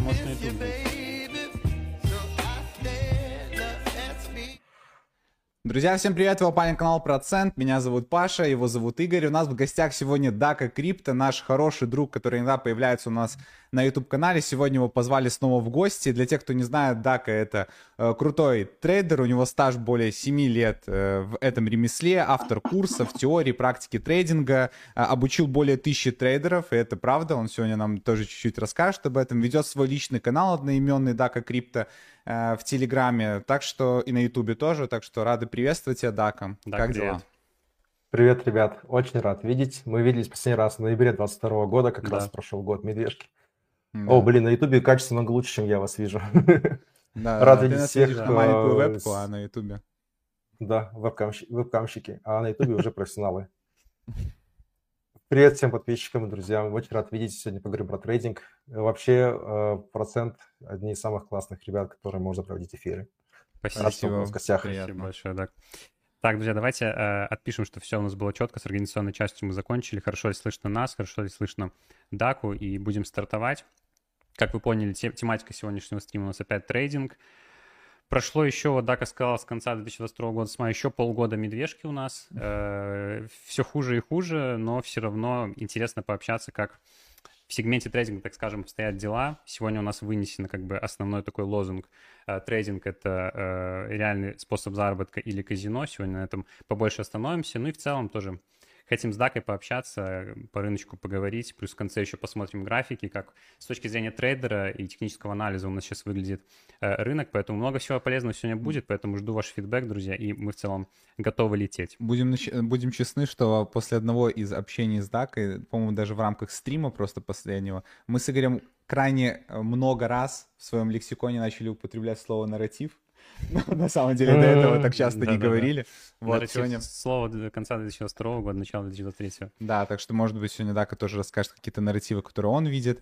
может на YouTube быть. Друзья, всем привет, вы попали на канал Процент, меня зовут Паша, его зовут Игорь, у нас в гостях сегодня Дака Крипто, наш хороший друг, который иногда появляется у нас на YouTube-канале, сегодня его позвали снова в гости. Для тех, кто не знает, Дака это крутой трейдер, у него стаж более 7 лет в этом ремесле, автор курсов, теории, практики трейдинга, обучил более 1000 трейдеров, и это правда, он сегодня нам тоже чуть-чуть расскажет об этом, ведет свой личный канал одноименный Дака Крипто в Телеграме, так что и на Ютубе тоже, так что рады приветствовать тебя, Дака. Да, Как привет. дела? Привет, ребят. Очень рад видеть. Мы виделись последний раз в ноябре 22 года, как Да. раз прошел год медвежки. Да. О, блин, на Ютубе качество намного лучше, чем я вас вижу. Да, Рад ты видеть нас всех. видишь на маленькую вебку, а на Ютубе. Да, вебкамщики, а на Ютубе уже профессионалы. Привет всем подписчикам и друзьям. Очень рад видеть. Сегодня поговорим про трейдинг. Вообще, Процент одни из самых классных ребят, которые можно проводить эфиры. Рад, что у вас в гостях. Спасибо большое, да. Так, друзья, давайте отпишем, что все у нас было четко, с организационной частью мы закончили. Хорошо ли слышно нас, хорошо ли слышно Даку, и будем стартовать. Как вы поняли, тематика сегодняшнего стрима у нас опять трейдинг. Прошло еще, вот Дака сказал, с конца 2022 года, с мая еще полгода медвежки у нас. Все хуже и хуже, но все равно интересно пообщаться, как в сегменте трейдинга, так скажем, обстоят дела. Сегодня у нас вынесено как бы основной такой лозунг. Трейдинг — это реальный способ заработка или казино. Сегодня на этом побольше остановимся. Ну и в целом тоже хотим с Дакой пообщаться, по рыночку поговорить. Плюс в конце еще посмотрим графики, как с точки зрения трейдера и технического анализа у нас сейчас выглядит рынок. Поэтому много всего полезного сегодня будет. Поэтому жду ваш фидбэк, друзья, и мы в целом готовы лететь. Будем честны, что после одного из общений с Дакой, по-моему, даже в рамках стрима просто последнего, мы с Игорем крайне много раз в своем лексиконе начали употреблять слово «нарратив». На самом деле до этого так часто не говорили. Вот сегодня слово до конца 2022 года, начала 2023. Да, так что, может быть, сегодня Дака тоже расскажет какие-то нарративы, которые он видит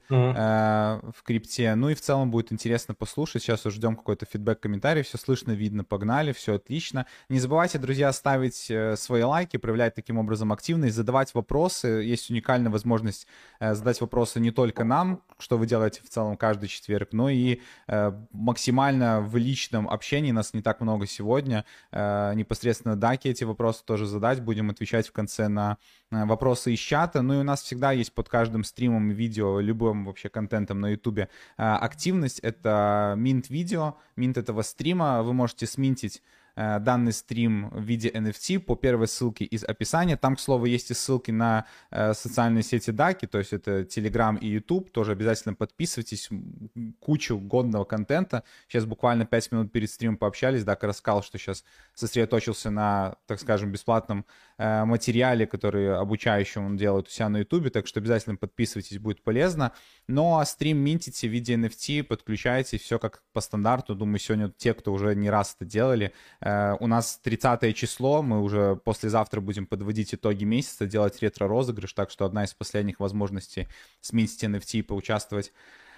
в крипте. Ну и в целом будет интересно послушать. Сейчас уже ждем какой-то фидбэк, комментарий. Все слышно, видно, погнали, все отлично. Не забывайте, друзья, ставить свои лайки, проявлять таким образом активность, задавать вопросы. Есть уникальная возможность задать вопросы не только нам, что вы делаете в целом каждый четверг, но и максимально в личном общении. Нас не так много сегодня. Непосредственно Даке эти вопросы тоже задать. Будем отвечать в конце на вопросы из чата. Ну и у нас всегда есть под каждым стримом, видео, любым вообще контентом на ютубе активность. Это минт-видео, минт этого стрима. Вы можете сминтить данный стрим в виде NFT по первой ссылке из описания. Там, к слову, есть и ссылки на социальные сети Даки, то есть это Telegram и YouTube. Тоже обязательно подписывайтесь. Кучу годного контента. Сейчас буквально 5 минут перед стримом пообщались. Дака рассказал, что сейчас сосредоточился на, так скажем, бесплатном материале, который обучающим он делает у себя на YouTube. Так что обязательно подписывайтесь, будет полезно. Но стрим минтите в виде NFT, подключайте, все как по стандарту. Думаю, сегодня те, кто уже не раз это делали, у нас 30 число, мы уже послезавтра будем подводить итоги месяца, делать ретро-розыгрыш, так что одна из последних возможностей сменить NFT и поучаствовать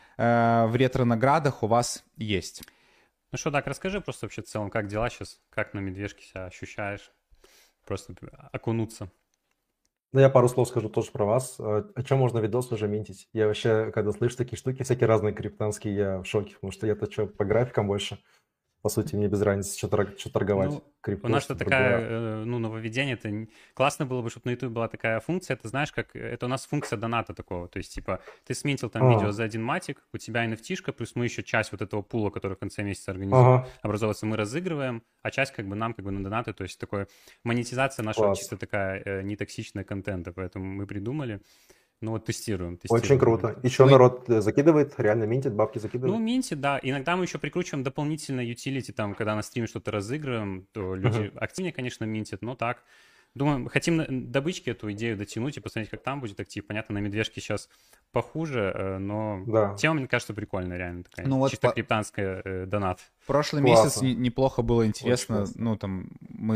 в ретро-наградах у вас есть. Ну что, так, расскажи просто вообще в целом, как дела сейчас, как на медвежке себя ощущаешь, просто окунуться. Ну, я пару слов скажу тоже про вас. О чем можно видос уже минтить? Я вообще, когда слышу такие штуки, всякие разные криптанские, я в шоке, потому что я-то что, по графикам больше. По сути, мне без разницы, что торговать. Ну, Крипто, у нас что другое. такая, нововведение, это классно было бы, чтобы на YouTube была такая функция, это знаешь, как, это у нас функция доната такого, то есть, типа, ты сминтил там видео за 1 матик, у тебя NFT-шка, плюс мы еще часть вот этого пула, который в конце месяца образовывается, мы разыгрываем, а часть как бы нам как бы на донаты, то есть, такое монетизация нашего чисто такая нетоксичная контента, поэтому мы придумали. Ну вот тестируем. Очень круто. Еще народ закидывает, реально минтит, бабки закидывает. Ну, минтит, да. Иногда мы еще прикручиваем дополнительно utility, там, когда на стриме что-то разыгрываем, то люди активнее, конечно, минтят, но так. Думаем, хотим добычки эту идею дотянуть и посмотреть, как там будет актив. Понятно, на медвежке сейчас похуже, но тема, мне кажется, прикольная, реально такая. Ну, вот чисто криптанская донат. Прошлый месяц Классно. неплохо было интересно, классно. ну, там,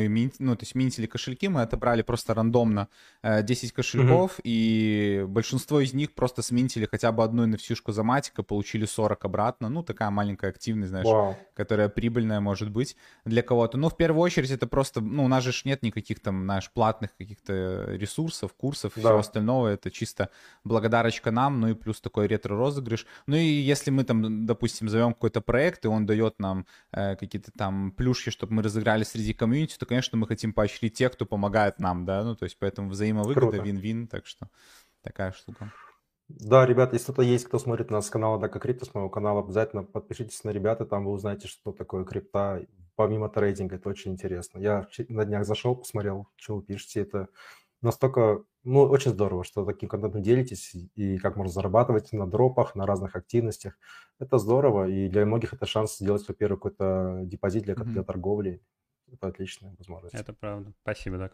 то есть минтили кошельки, мы отобрали просто рандомно 10 Мгм. кошельков, и большинство из них просто сминтили хотя бы одну NFT-шку за матика, получили 40 обратно, ну, такая маленькая активность, знаешь, Вау. которая прибыльная может быть для кого-то. Но в первую очередь это просто, ну, у нас же нет никаких там, знаешь, платных каких-то ресурсов, курсов, всего Да. остального, это чисто благодарочка нам, ну и плюс такой ретро-розыгрыш. Ну и если мы там, допустим, зовем какой-то проект, и он дает нам какие-то там плюшки, чтобы мы разыграли среди комьюнити, то, конечно, мы хотим поощрить тех, кто помогает нам, да, ну, то есть поэтому взаимовыгода, Круто. вин-вин, так что такая штука. Да, ребята, если кто-то есть, кто смотрит нас с канала Дака Крипто, с моего канала, обязательно подпишитесь на ребята, там вы узнаете, что такое крипта, помимо трейдинга, это очень интересно. Я на днях зашел, посмотрел, что вы пишете, это настолько, ну, очень здорово, что таким контентом делитесь, и как можно зарабатывать на дропах, на разных активностях. Это здорово, и для многих это шанс сделать свой первый какой-то депозит для торговли. Это отличная возможность. Это правда. Спасибо, так.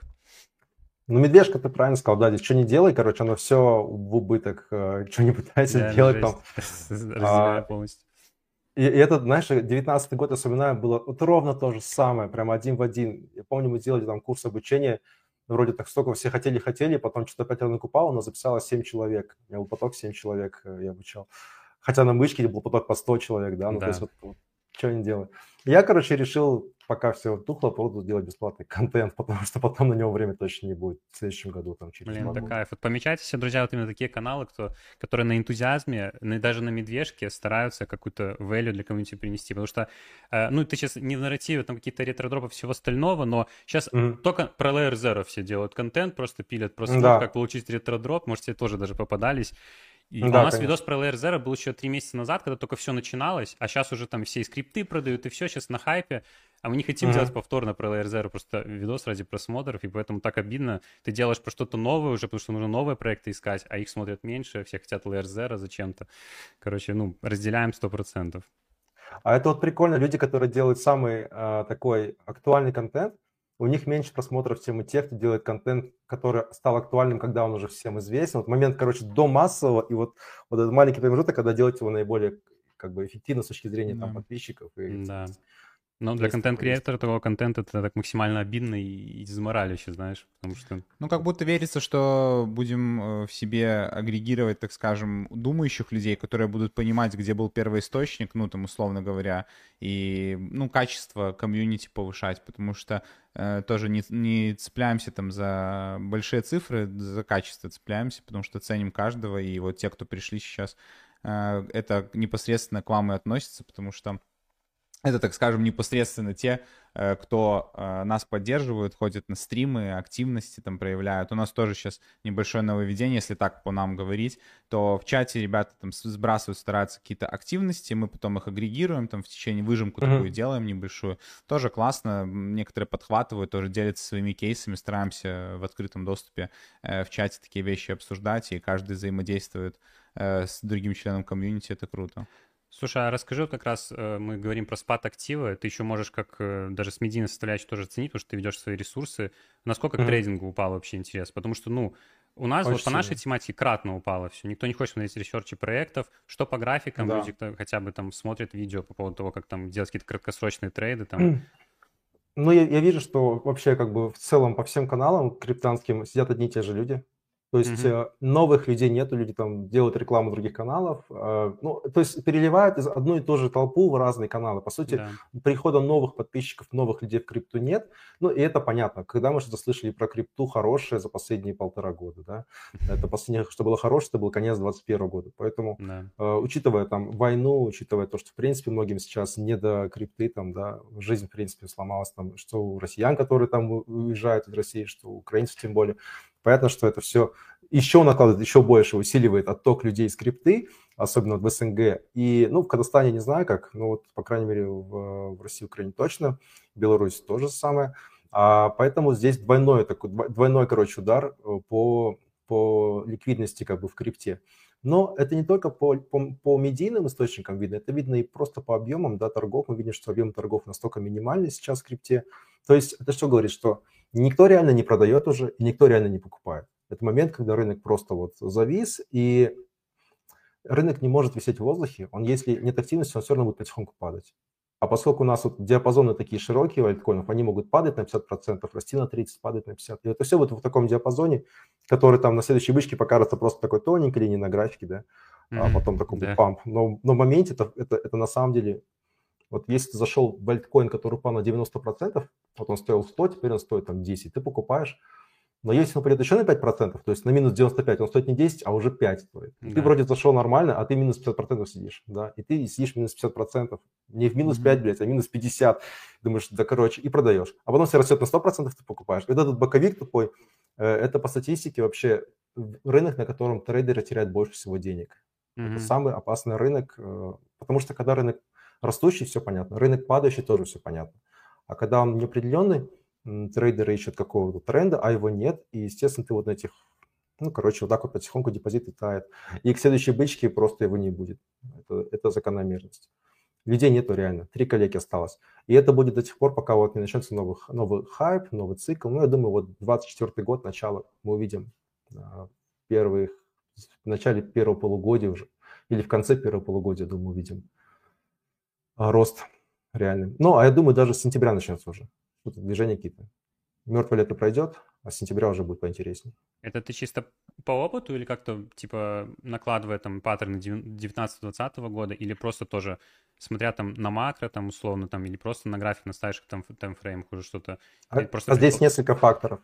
Ну, медвежка, ты правильно сказал, да, здесь что не делай, короче, оно все в убыток, что не пытайся Реально сделать там. жесть. Разделяю А, полностью. И это, знаешь, 19-й год, я вспоминаю, было вот ровно то же самое, прям один в один. Я помню, мы делали там курс обучения, вроде так столько все хотели, потом что-то опять рынок упал, но записалось 7 человек. У меня был поток 7 человек, я обучал. Хотя на мышке был поток по 100 человек, да, ну то есть Да. вот что они делают. Я, короче, решил, пока все тухло, буду делать бесплатный контент, потому что потом на него время точно не будет в следующем году, там, через Блин, 2 это года. кайф. Вот помечайте себе, друзья, вот именно такие каналы, которые на энтузиазме, даже на медвежке стараются какую-то value для комьюнити принести. Потому что, ну, ты сейчас не в нарративе, там какие-то ретро-дропы, всего остального, но сейчас только про Layer Zero все делают контент, просто пилят про смут, как получить ретро-дроп. Может, тебе тоже даже попадались. И у нас видос про Layer Zero был еще 3 месяца назад, когда только все начиналось, а сейчас уже там все и скрипты продают, и все сейчас на хайпе. А мы не хотим делать повторно про Layer Zero, просто видос ради просмотров, и поэтому так обидно. Ты делаешь про что-то новое уже, потому что нужно новые проекты искать, а их смотрят меньше, все хотят Layer Zero зачем-то. Короче, ну, разделяем 100%. А это вот прикольно, люди, которые делают самый такой актуальный контент, у них меньше просмотров, чем у тех, кто делает контент, который стал актуальным, когда он уже всем известен. Вот момент, короче, до массового, и вот этот маленький промежуток, когда делать его наиболее как бы эффективно с точки зрения там подписчиков. Да. Но для контент-креатора такого контента это так максимально обидно и изморалище, знаешь, потому что... Ну, как будто верится, что будем в себе агрегировать, так скажем, думающих людей, которые будут понимать, где был первоисточник, ну, там, условно говоря, и, ну, качество комьюнити повышать, потому что тоже не цепляемся там за большие цифры, за качество цепляемся, потому что ценим каждого, и вот те, кто пришли сейчас, это непосредственно к вам и относится, потому что это, так скажем, непосредственно те, кто нас поддерживают, ходят на стримы, активности там проявляют. У нас тоже сейчас небольшое нововведение, если так по нам говорить, то в чате ребята там сбрасывают, стараются какие-то активности, мы потом их агрегируем, там в течение выжимку такую делаем небольшую. Тоже классно, некоторые подхватывают, тоже делятся своими кейсами, стараемся в открытом доступе в чате такие вещи обсуждать, и каждый взаимодействует с другим членом комьюнити, это круто. Слушай, а расскажи, вот как раз мы говорим про спад актива, ты еще можешь как даже с медийной составляющей тоже оценить, потому что ты ведешь свои ресурсы. Насколько к трейдингу упал вообще интерес? Потому что, ну, у нас вот по нашей тематике кратно упало все. Никто не хочет смотреть ресерчи проектов. Что по графикам, люди хотя бы там смотрят видео по поводу того, как там делать какие-то краткосрочные трейды там. Ну, я вижу, что вообще как бы в целом по всем каналам криптанским сидят одни и те же люди. То есть новых людей нету, люди там делают рекламу других каналов. Ну, то есть переливают из одну и ту же толпу в разные каналы. По сути, прихода новых подписчиков, новых людей в крипту нет. Ну, и это понятно. Когда мы что-то слышали про крипту хорошее за последние 1,5 года, да? Это последнее, что было хорошее, это был конец 2021 года. Поэтому, учитывая там войну, учитывая то, что, в принципе, многим сейчас не до крипты, там, да, жизнь, в принципе, сломалась, там, что у россиян, которые там уезжают из России, что у украинцев тем более. Понятно, что это все еще накладывает, еще больше усиливает отток людей из крипты, особенно в СНГ. И, ну, в Казахстане не знаю как, но вот, по крайней мере, в России, Украине точно, в Беларуси тоже самое. Поэтому здесь двойной, короче, удар по ликвидности как бы в крипте. Но это не только по медийным источникам видно, это видно и просто по объемам, да, торгов. Мы видим, что объем торгов настолько минимальный сейчас в крипте. То есть это что говорит, что никто реально не продает уже, и никто реально не покупает. Это момент, когда рынок просто вот завис, и рынок не может висеть в воздухе, он, если нет активности, он все равно будет потихоньку падать. А поскольку у нас вот диапазоны такие широкие у альткоинов, они могут падать на 50%, расти на 30%, падать на 50%. И это все вот в таком диапазоне, который там на следующей вышке покажется просто такой тоненькой линией на графике, да, а потом такой будет памп. Но в моменте это на самом деле, вот если ты зашел в альткоин, который упал на 90%, вот он стоил 100, теперь он стоит там 10, ты покупаешь. Но если он пойдет еще на 5%, то есть на минус 95, он стоит не 10, а уже 5 стоит. И ты вроде зашел нормально, а ты минус 50% сидишь, да, и ты сидишь минус 50%, не в минус 5, блядь, а минус 50, думаешь, да, короче, и продаешь. А потом все растет на 100%, ты покупаешь. Вот этот боковик тупой, это по статистике вообще рынок, на котором трейдеры теряют больше всего денег. Это самый опасный рынок, потому что когда рынок растущий, все понятно, рынок падающий, тоже все понятно. А когда он неопределенный, трейдеры ищут какого-то тренда, а его нет, и, естественно, ты вот на этих, ну, короче, вот так вот потихоньку депозит летает. И к следующей бычке просто его не будет. Это закономерность. Людей нету реально, 3 коллеги осталось. И это будет до тех пор, пока вот не начнется новый хайп, новый цикл. Ну, я думаю, вот 24 год, начало, мы увидим в начале первого полугодия уже, или в конце первого полугодия, думаю, увидим рост реальный. Ну, а я думаю, даже с сентября начнется уже. Что-то движения какие-то. Мертвое лето пройдет, а с сентября уже будет поинтереснее. Это ты чисто по опыту или как-то, типа, накладывая там паттерны 19-20 года, или просто тоже, смотря там на макро, там, условно, там, или просто на график наставишь там в таймфреймах уже что-то? Здесь несколько факторов.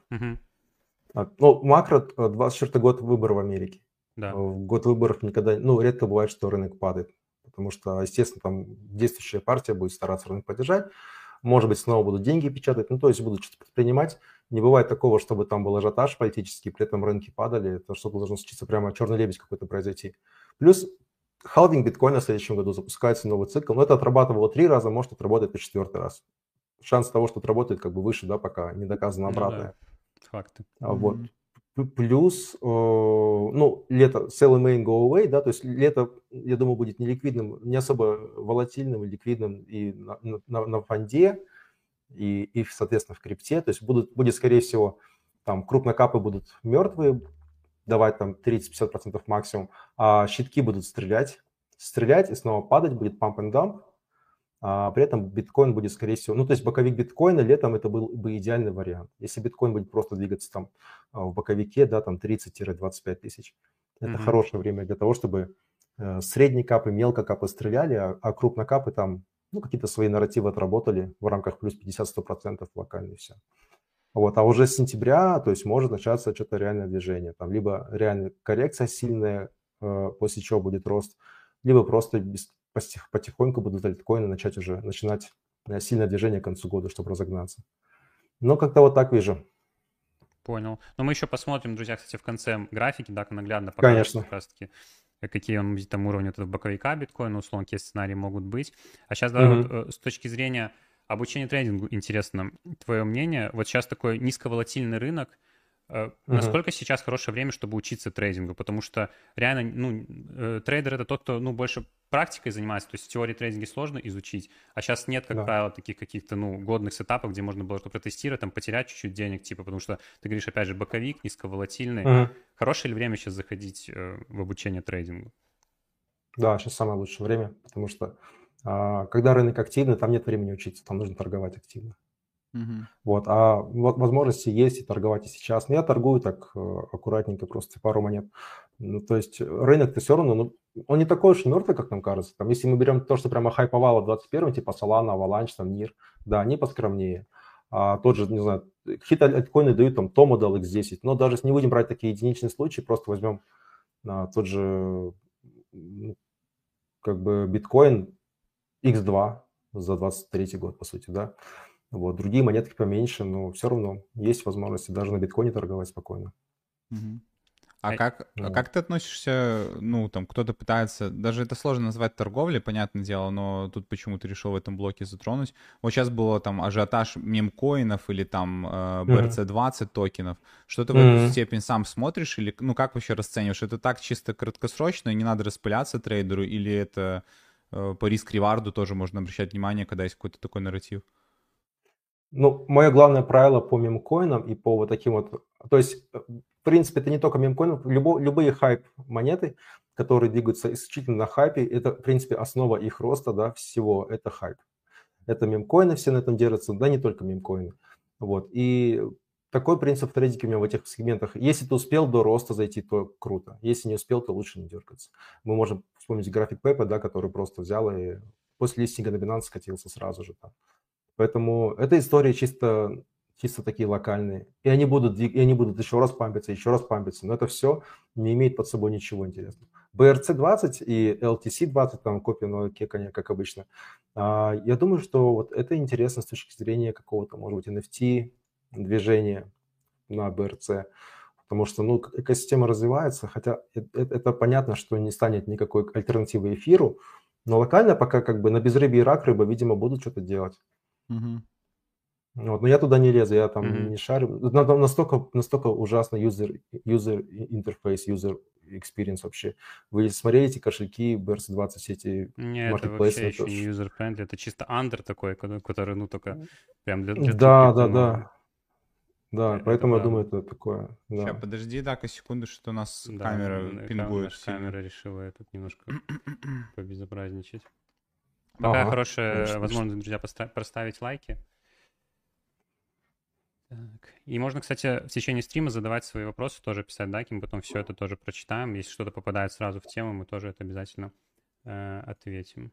Ну, макро, 24 год выборов в Америке. Да. В год выборов никогда, ну, редко бывает, что рынок падает, потому что, естественно, там действующая партия будет стараться рынок поддержать. Может быть, снова будут деньги печатать, ну, то есть будут что-то предпринимать. Не бывает такого, чтобы там был ажиотаж политический, при этом рынки падали. Это что-то должно случиться, прямо черный лебедь какой-то произойти. Плюс халвинг биткоина в следующем году, запускается новый цикл. Но это отрабатывало 3 раза, может отработать на 4-й раз. Шанс того, что отработает, как бы выше, да, пока не доказано обратное. Да. Факты. Вот. Плюс, ну, лето, sell in May, go away, да, то есть лето, я думаю, будет неликвидным, не особо волатильным, ликвидным и на фонде, и, соответственно, в крипте, то есть будет, скорее всего, там крупнокапы будут мертвые, давать там 30-50% максимум, а щитки будут стрелять и снова падать, будет pump and dump. При этом биткоин будет, скорее всего, ну, то есть боковик биткоина летом это был бы идеальный вариант. Если биткоин будет просто двигаться там в боковике, да, там 30-25 тысяч, это хорошее время для того, чтобы средние капы, мелкокапы стреляли, а крупнокапы там, ну, какие-то свои нарративы отработали в рамках плюс 50-100% локально и все. Вот, а уже с сентября, то есть может начаться что-то реальное движение, там либо реальная коррекция сильная, после чего будет рост, либо просто потихоньку будут альткоины начинать сильное движение к концу года, чтобы разогнаться. Но как-то вот так вижу. Понял. Но мы еще посмотрим, друзья, кстати, в конце графики, да, наглядно покажет как раз-таки, какие он будет там уровни этого боковика биткоина, условно, какие сценарии могут быть. А сейчас, да, вот, с точки зрения обучения трейдингу, интересно твое мнение. Вот сейчас такой низковолатильный рынок. Насколько сейчас хорошее время, чтобы учиться трейдингу? Потому что реально, ну, трейдер — это тот, кто, ну, больше практикой занимается, то есть теории трейдинга сложно изучить, а сейчас нет, как правило, таких каких-то, ну, годных сетапов, где можно было что-то протестировать, там, потерять чуть-чуть денег, типа, потому что ты говоришь, опять же, боковик, низковолатильный. Хорошее ли время сейчас заходить в обучение трейдингу? Да, сейчас самое лучшее время, потому что когда рынок активный, там нет времени учиться, там нужно торговать активно. Вот, а возможности есть и торговать и сейчас. Но я торгую так аккуратненько, просто пару монет. Ну, то есть рынок-то все равно, ну, он не такой уж мертвый, как нам кажется. Там, если мы берем то, что прямо хайповало в 21-м, типа Solana, Avalanche, там, NIR, да, они поскромнее. А тот же, не знаю, какие-то альткоины дают, там, Tomo дал X10. Но даже если не будем брать такие единичные случаи, просто возьмем тот же, как бы, биткоин X2 за 23 год, по сути, да. Вот, другие монетки поменьше, но все равно есть возможности даже на биткоине торговать спокойно. А как ты относишься, ну, там, кто-то пытается, даже это сложно назвать торговлей, понятное дело, но тут почему-то решил в этом блоке затронуть. Вот сейчас было там ажиотаж мемкоинов или там BRC20 токенов. Что ты в эту степень сам смотришь или, ну, как вообще расцениваешь? Это так чисто краткосрочно, и не надо распыляться трейдеру, или это по риск-реварду тоже можно обращать внимание, когда есть какой-то такой нарратив? Ну, мое главное правило по мемкоинам и по вот таким вот... То есть, в принципе, это не только мемкоины, любые хайп-монеты, которые двигаются исключительно на хайпе, это, в принципе, основа их роста, да, всего, это хайп. Это мемкоины все на этом держатся, да, не только мемкоины. Вот, и такой принцип в трейдинге у меня в этих сегментах. Если ты успел до роста зайти, то круто. Если не успел, то лучше не дергаться. Мы можем вспомнить график Пепа, да, который просто взял и после листинга на Binance скатился сразу же там. Поэтому эта история чисто такие локальные. И они будут еще раз пампиться, но это все не имеет под собой ничего интересного. BRC20 и LTC20, там копия на кекане, как обычно. Я думаю, что вот это интересно с точки зрения какого-то, может быть, NFT движения на BRC. Потому что, ну, экосистема развивается, хотя это понятно, что не станет никакой альтернативой эфиру, но локально пока как бы на безрыбье и рак рыба, видимо, будут что-то делать. Вот, но я туда не лезу, я там не шарю. Там настолько ужасный user interface, user experience вообще. Вы смотрели эти кошельки BRC20, все эти Не, это вообще еще не user-friendly, это чисто андер такой, который, ну, только прям для Да, поэтому я думаю, это такое. Да. Сейчас, подожди, Дака, секунду, что у нас камера пингует. Камера решила тут немножко побезобразничать. Пока хорошая возможность, друзья, проставить лайки. Так. И можно, кстати, в течение стрима задавать свои вопросы, тоже писать Даки, мы потом все это тоже прочитаем. Если что-то попадает сразу в тему, мы тоже это обязательно ответим.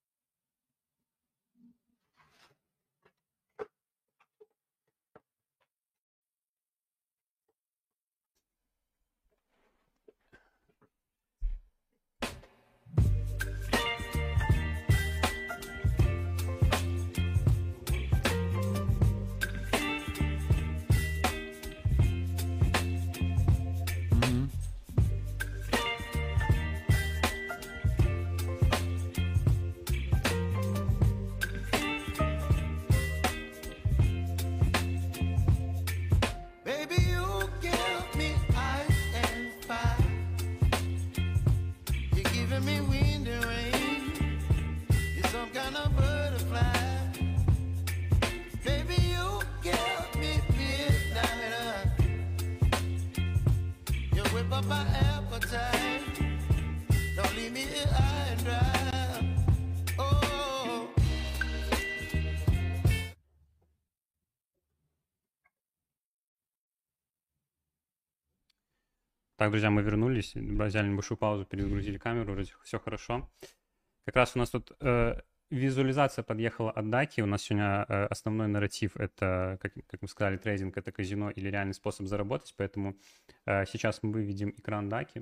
Так, друзья, мы вернулись, взяли небольшую паузу, перезагрузили камеру, вроде все хорошо. Как раз у нас тут визуализация подъехала от Даки. У нас сегодня основной нарратив — это, как мы сказали, трейдинг — это казино или реальный способ заработать, поэтому сейчас мы выведем экран Даки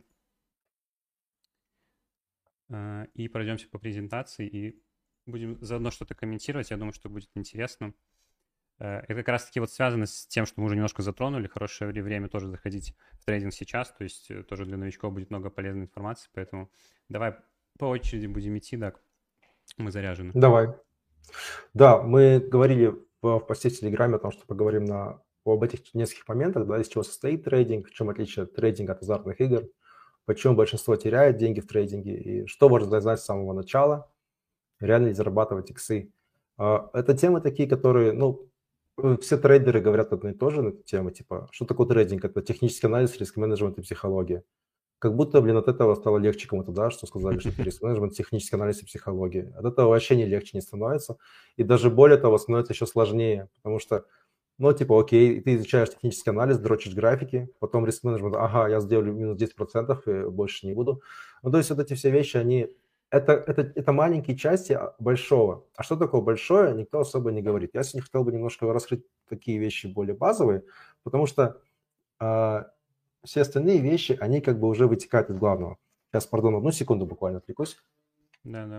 и пройдемся по презентации и будем заодно что-то комментировать. Я думаю, что будет интересно. Это как раз-таки вот связано с тем, что мы уже немножко затронули. Хорошее время тоже заходить в трейдинг сейчас, то есть тоже для новичков будет много полезной информации, поэтому давай по очереди будем идти, Дак. Мы заряжены. Давай. Да, мы говорили в посте в Телеграме о том, что поговорим об этих нескольких моментах, да, из чего состоит трейдинг, в чем отличие трейдинга от азартных игр, почему большинство теряет деньги в трейдинге и что можно знать с самого начала, реально ли зарабатывать иксы. Это темы такие, которые, ну, все трейдеры говорят одно и то же на эту тему, типа, что такое трейдинг? Это технический анализ, риск-менеджмент и психология. Как будто, блин, от этого стало легче кому-то, да, что сказали, что это риск-менеджмент, технический анализ и психология. От этого вообще не легче не становится. И даже более того, становится еще сложнее, потому что, ну, типа, окей, ты изучаешь технический анализ, дрочишь графики, потом риск-менеджмент, ага, я сделаю минус 10% и больше не буду. Ну, то есть вот эти все вещи, они... Это маленькие части большого. А что такое большое, никто особо не говорит. Я сегодня хотел бы немножко раскрыть такие вещи более базовые, потому что все остальные вещи, они как бы уже вытекают из главного. Сейчас, пардон, одну секунду буквально отвлекусь. Да.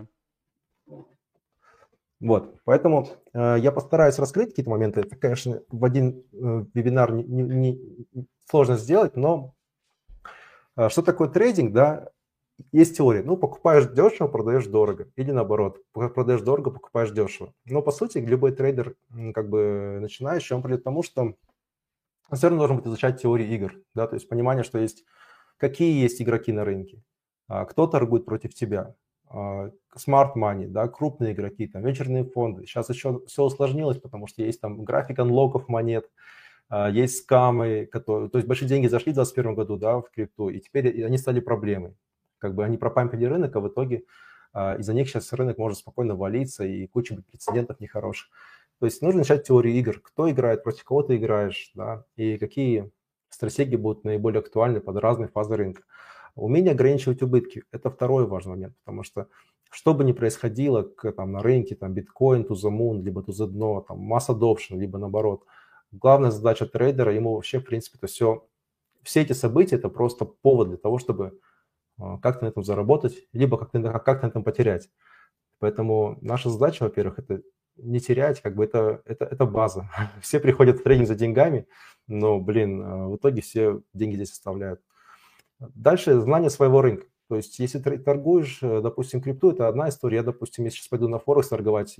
Вот, поэтому я постараюсь раскрыть какие-то моменты. Это, конечно, в один вебинар не сложно сделать, но что такое трейдинг, да? Есть теория. Ну, покупаешь дешево, продаешь дорого. Или наоборот, продаешь дорого, покупаешь дешево. Но, по сути, любой трейдер, как бы начинающий, он придет к тому, что все равно должен быть изучать теорию игр. Да? То есть понимание, что есть, какие есть игроки на рынке, кто торгует против тебя, smart money, да, крупные игроки, там, вечерные фонды. Сейчас еще все усложнилось, потому что есть там график анлоков монет, есть скамы, которые, то есть большие деньги зашли в 2021 году, да, в крипту, и теперь они стали проблемой. Как бы они пропампили рынок, а в итоге из-за них сейчас рынок может спокойно валиться и куча прецедентов нехороших. То есть нужно начать теорию игр. Кто играет, против кого ты играешь, да, и какие стратегии будут наиболее актуальны под разные фазы рынка. Умение ограничивать убытки – это второй важный момент, потому что бы ни происходило там, на рынке, там, биткоин, to the moon, либо to the дно, там, mass adoption, либо наоборот, главная задача трейдера, ему вообще, в принципе, это все эти события – это просто повод для того, чтобы как-то на этом заработать, либо как-то на этом потерять. Поэтому наша задача, во-первых, это не терять, как бы это база. Все приходят в трейдинг за деньгами, но, блин, в итоге все деньги здесь оставляют. Дальше знание своего рынка. То есть если ты торгуешь, допустим, крипту, это одна история. Я, допустим, если сейчас пойду на Форекс торговать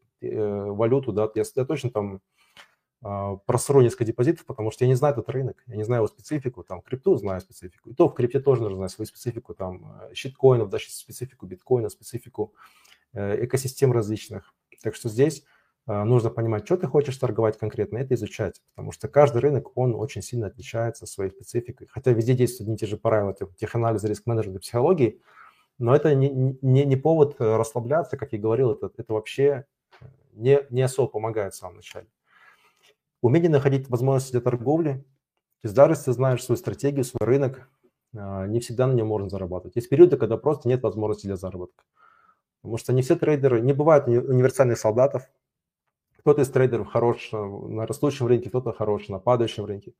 валюту, да, я точно там просру несколько депозитов, потому что я не знаю этот рынок, я не знаю его специфику, там, крипту знаю специфику, и то в крипте тоже нужно знать свою специфику, там, щиткоинов, да, специфику биткоина, специфику экосистем различных. Так что здесь нужно понимать, что ты хочешь торговать конкретно, это изучать, потому что каждый рынок, он очень сильно отличается своей спецификой, хотя везде действуют одни и те же правила теханализа, риск-менеджмента, психологии, но это не повод расслабляться, как я говорил, это вообще не особо помогает в самом начале. Умение находить возможности для торговли. То есть даже если ты знаешь свою стратегию, свой рынок, не всегда на нем можно зарабатывать. Есть периоды, когда просто нет возможности для заработка. Потому что не все трейдеры, не бывает универсальных солдатов. Кто-то из трейдеров хорош на растущем рынке, кто-то хорош на падающем рынке.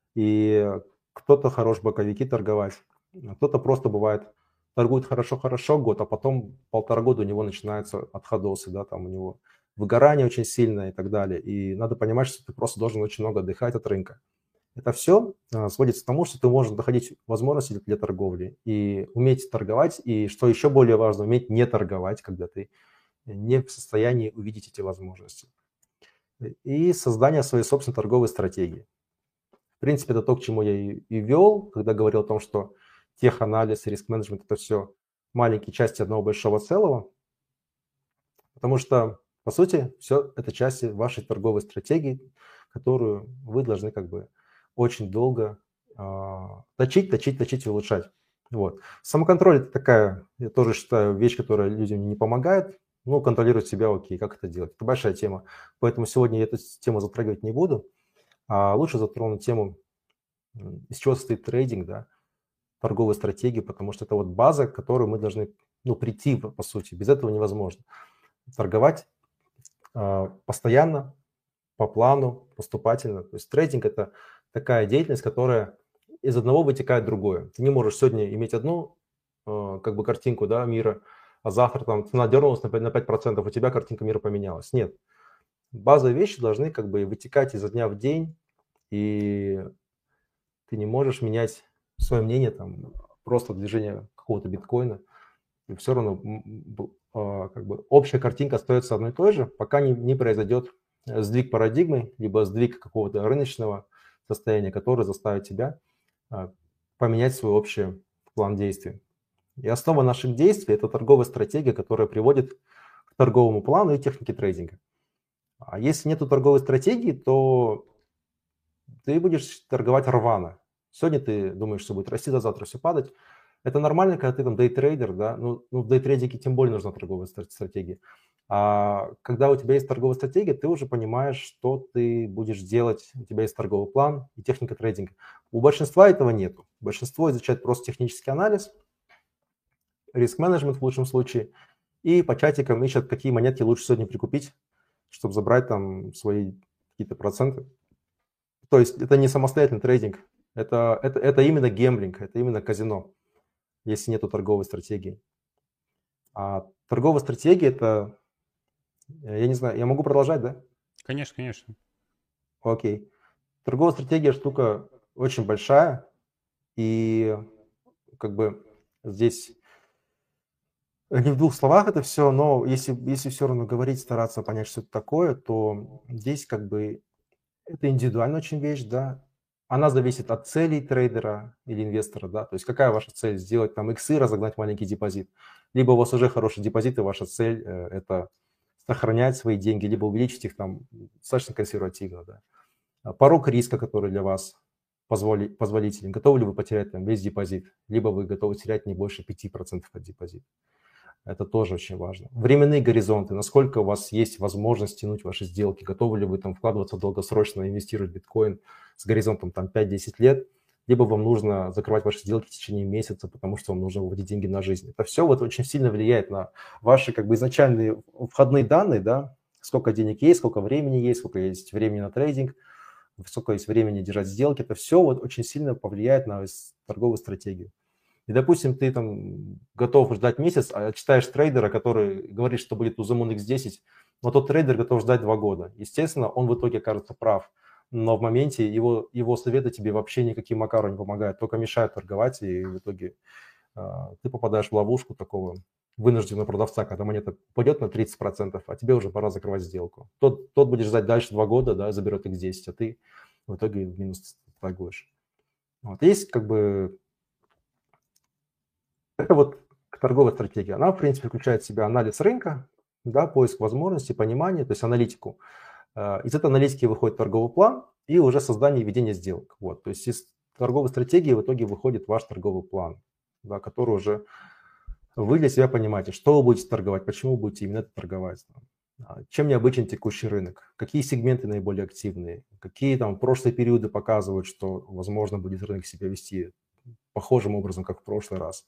И кто-то хорош боковики торговать. Кто-то просто бывает, торгует хорошо-хорошо год, а потом 1,5 года у него начинаются отходосы, да, там у него выгорание очень сильное и так далее. И надо понимать, что ты просто должен очень много отдыхать от рынка. Это все сводится к тому, что ты можешь находить возможности для торговли и уметь торговать, и, что еще более важно, уметь не торговать, когда ты не в состоянии увидеть эти возможности. И создание своей собственной торговой стратегии. В принципе, это то, к чему я и вел, когда говорил о том, что теханализ и риск-менеджмент – это все маленькие части одного большого целого, потому что, по сути, все это части вашей торговой стратегии, которую вы должны как бы очень долго точить и улучшать. Вот. Самоконтроль – это такая, я тоже считаю, вещь, которая людям не помогает. Ну, контролировать себя, окей, как это делать? Это большая тема. Поэтому сегодня я эту тему затрагивать не буду. А лучше затрону тему, из чего состоит трейдинг, да, торговой стратегии, потому что это вот база, к которой мы должны прийти, по сути. Без этого невозможно. Торговать постоянно, по плану, поступательно. То есть трейдинг – это такая деятельность, которая из одного вытекает другое. Ты не можешь сегодня иметь одну как бы картинку, да, мира, а завтра там цена дернулась на 5%, у тебя картинка мира поменялась. Нет. Базовые вещи должны как бы вытекать изо дня в день, и ты не можешь менять свое мнение, там, просто движение какого-то биткоина, и все равно как бы общая картинка остается одной и той же, пока не произойдет сдвиг парадигмы, либо сдвиг какого-то рыночного состояния, который заставит тебя поменять свой общий план действий. И основа наших действий – это торговая стратегия, которая приводит к торговому плану и технике трейдинга. А если нет торговой стратегии, то ты будешь торговать рвано. Сегодня ты думаешь, что будет расти, а завтра все падать. Это нормально, когда ты там дейтрейдер, да, ну в дейтрейдинге тем более нужна торговая стратегия. А когда у тебя есть торговая стратегия, ты уже понимаешь, что ты будешь делать, у тебя есть торговый план и техника трейдинга. У большинства этого нету. Большинство изучает просто технический анализ, риск-менеджмент в лучшем случае, и по чатикам ищут, какие монетки лучше сегодня прикупить, чтобы забрать там свои какие-то проценты. То есть это не самостоятельный трейдинг, это именно гэмблинг, это именно казино, если нету торговой стратегии. А торговая стратегия – это, я не знаю, я могу продолжать, да? Конечно, конечно. Окей. Торговая стратегия штука очень большая, и как бы здесь не в двух словах это все, но если все равно говорить, стараться понять, что это такое, то здесь как бы это индивидуальная очень вещь, да. она зависит от целей трейдера или инвестора, да, то есть какая ваша цель, сделать там иксы, разогнать маленький депозит, либо у вас уже хороший депозит, и ваша цель это сохранять свои деньги, либо увеличить их там достаточно консервативно, да. Порог риска, который для вас позволителен, готовы ли вы потерять там весь депозит, либо вы готовы терять не больше 5% от депозита. Это тоже очень важно. Временные горизонты, насколько у вас есть возможность тянуть ваши сделки, готовы ли вы там вкладываться долгосрочно, инвестировать в биткоин с горизонтом там 5-10 лет, либо вам нужно закрывать ваши сделки в течение месяца, потому что вам нужно выводить деньги на жизнь. Это все вот очень сильно влияет на ваши как бы изначальные входные данные, да, сколько денег есть, сколько есть времени на трейдинг, сколько есть времени держать сделки. Это все вот очень сильно повлияет на торговую стратегию. И, допустим, ты там готов ждать месяц, а читаешь трейдера, который говорит, что будет Uzumon X10, но тот трейдер готов ждать 2 года. Естественно, он в итоге окажется прав, но в моменте его советы тебе вообще никаким макаром не помогают, только мешают торговать, и в итоге ты попадаешь в ловушку такого вынужденного продавца, когда монета упадет на 30%, а тебе уже пора закрывать сделку. Тот будет ждать дальше 2 года, да, заберет X10, а ты в итоге в минус торгуешь. Вот. Есть как бы... Это вот торговая стратегия. Она, в принципе, включает в себя анализ рынка, да, поиск возможностей, понимание, то есть аналитику. Из этой аналитики выходит торговый план и уже создание и ведение сделок. Вот. То есть из торговой стратегии в итоге выходит ваш торговый план, да, который уже вы для себя понимаете, что вы будете торговать, почему вы будете именно это торговать. Чем необычен текущий рынок, какие сегменты наиболее активные, какие там прошлые периоды показывают, что, возможно, будет рынок себя вести похожим образом, как в прошлый раз.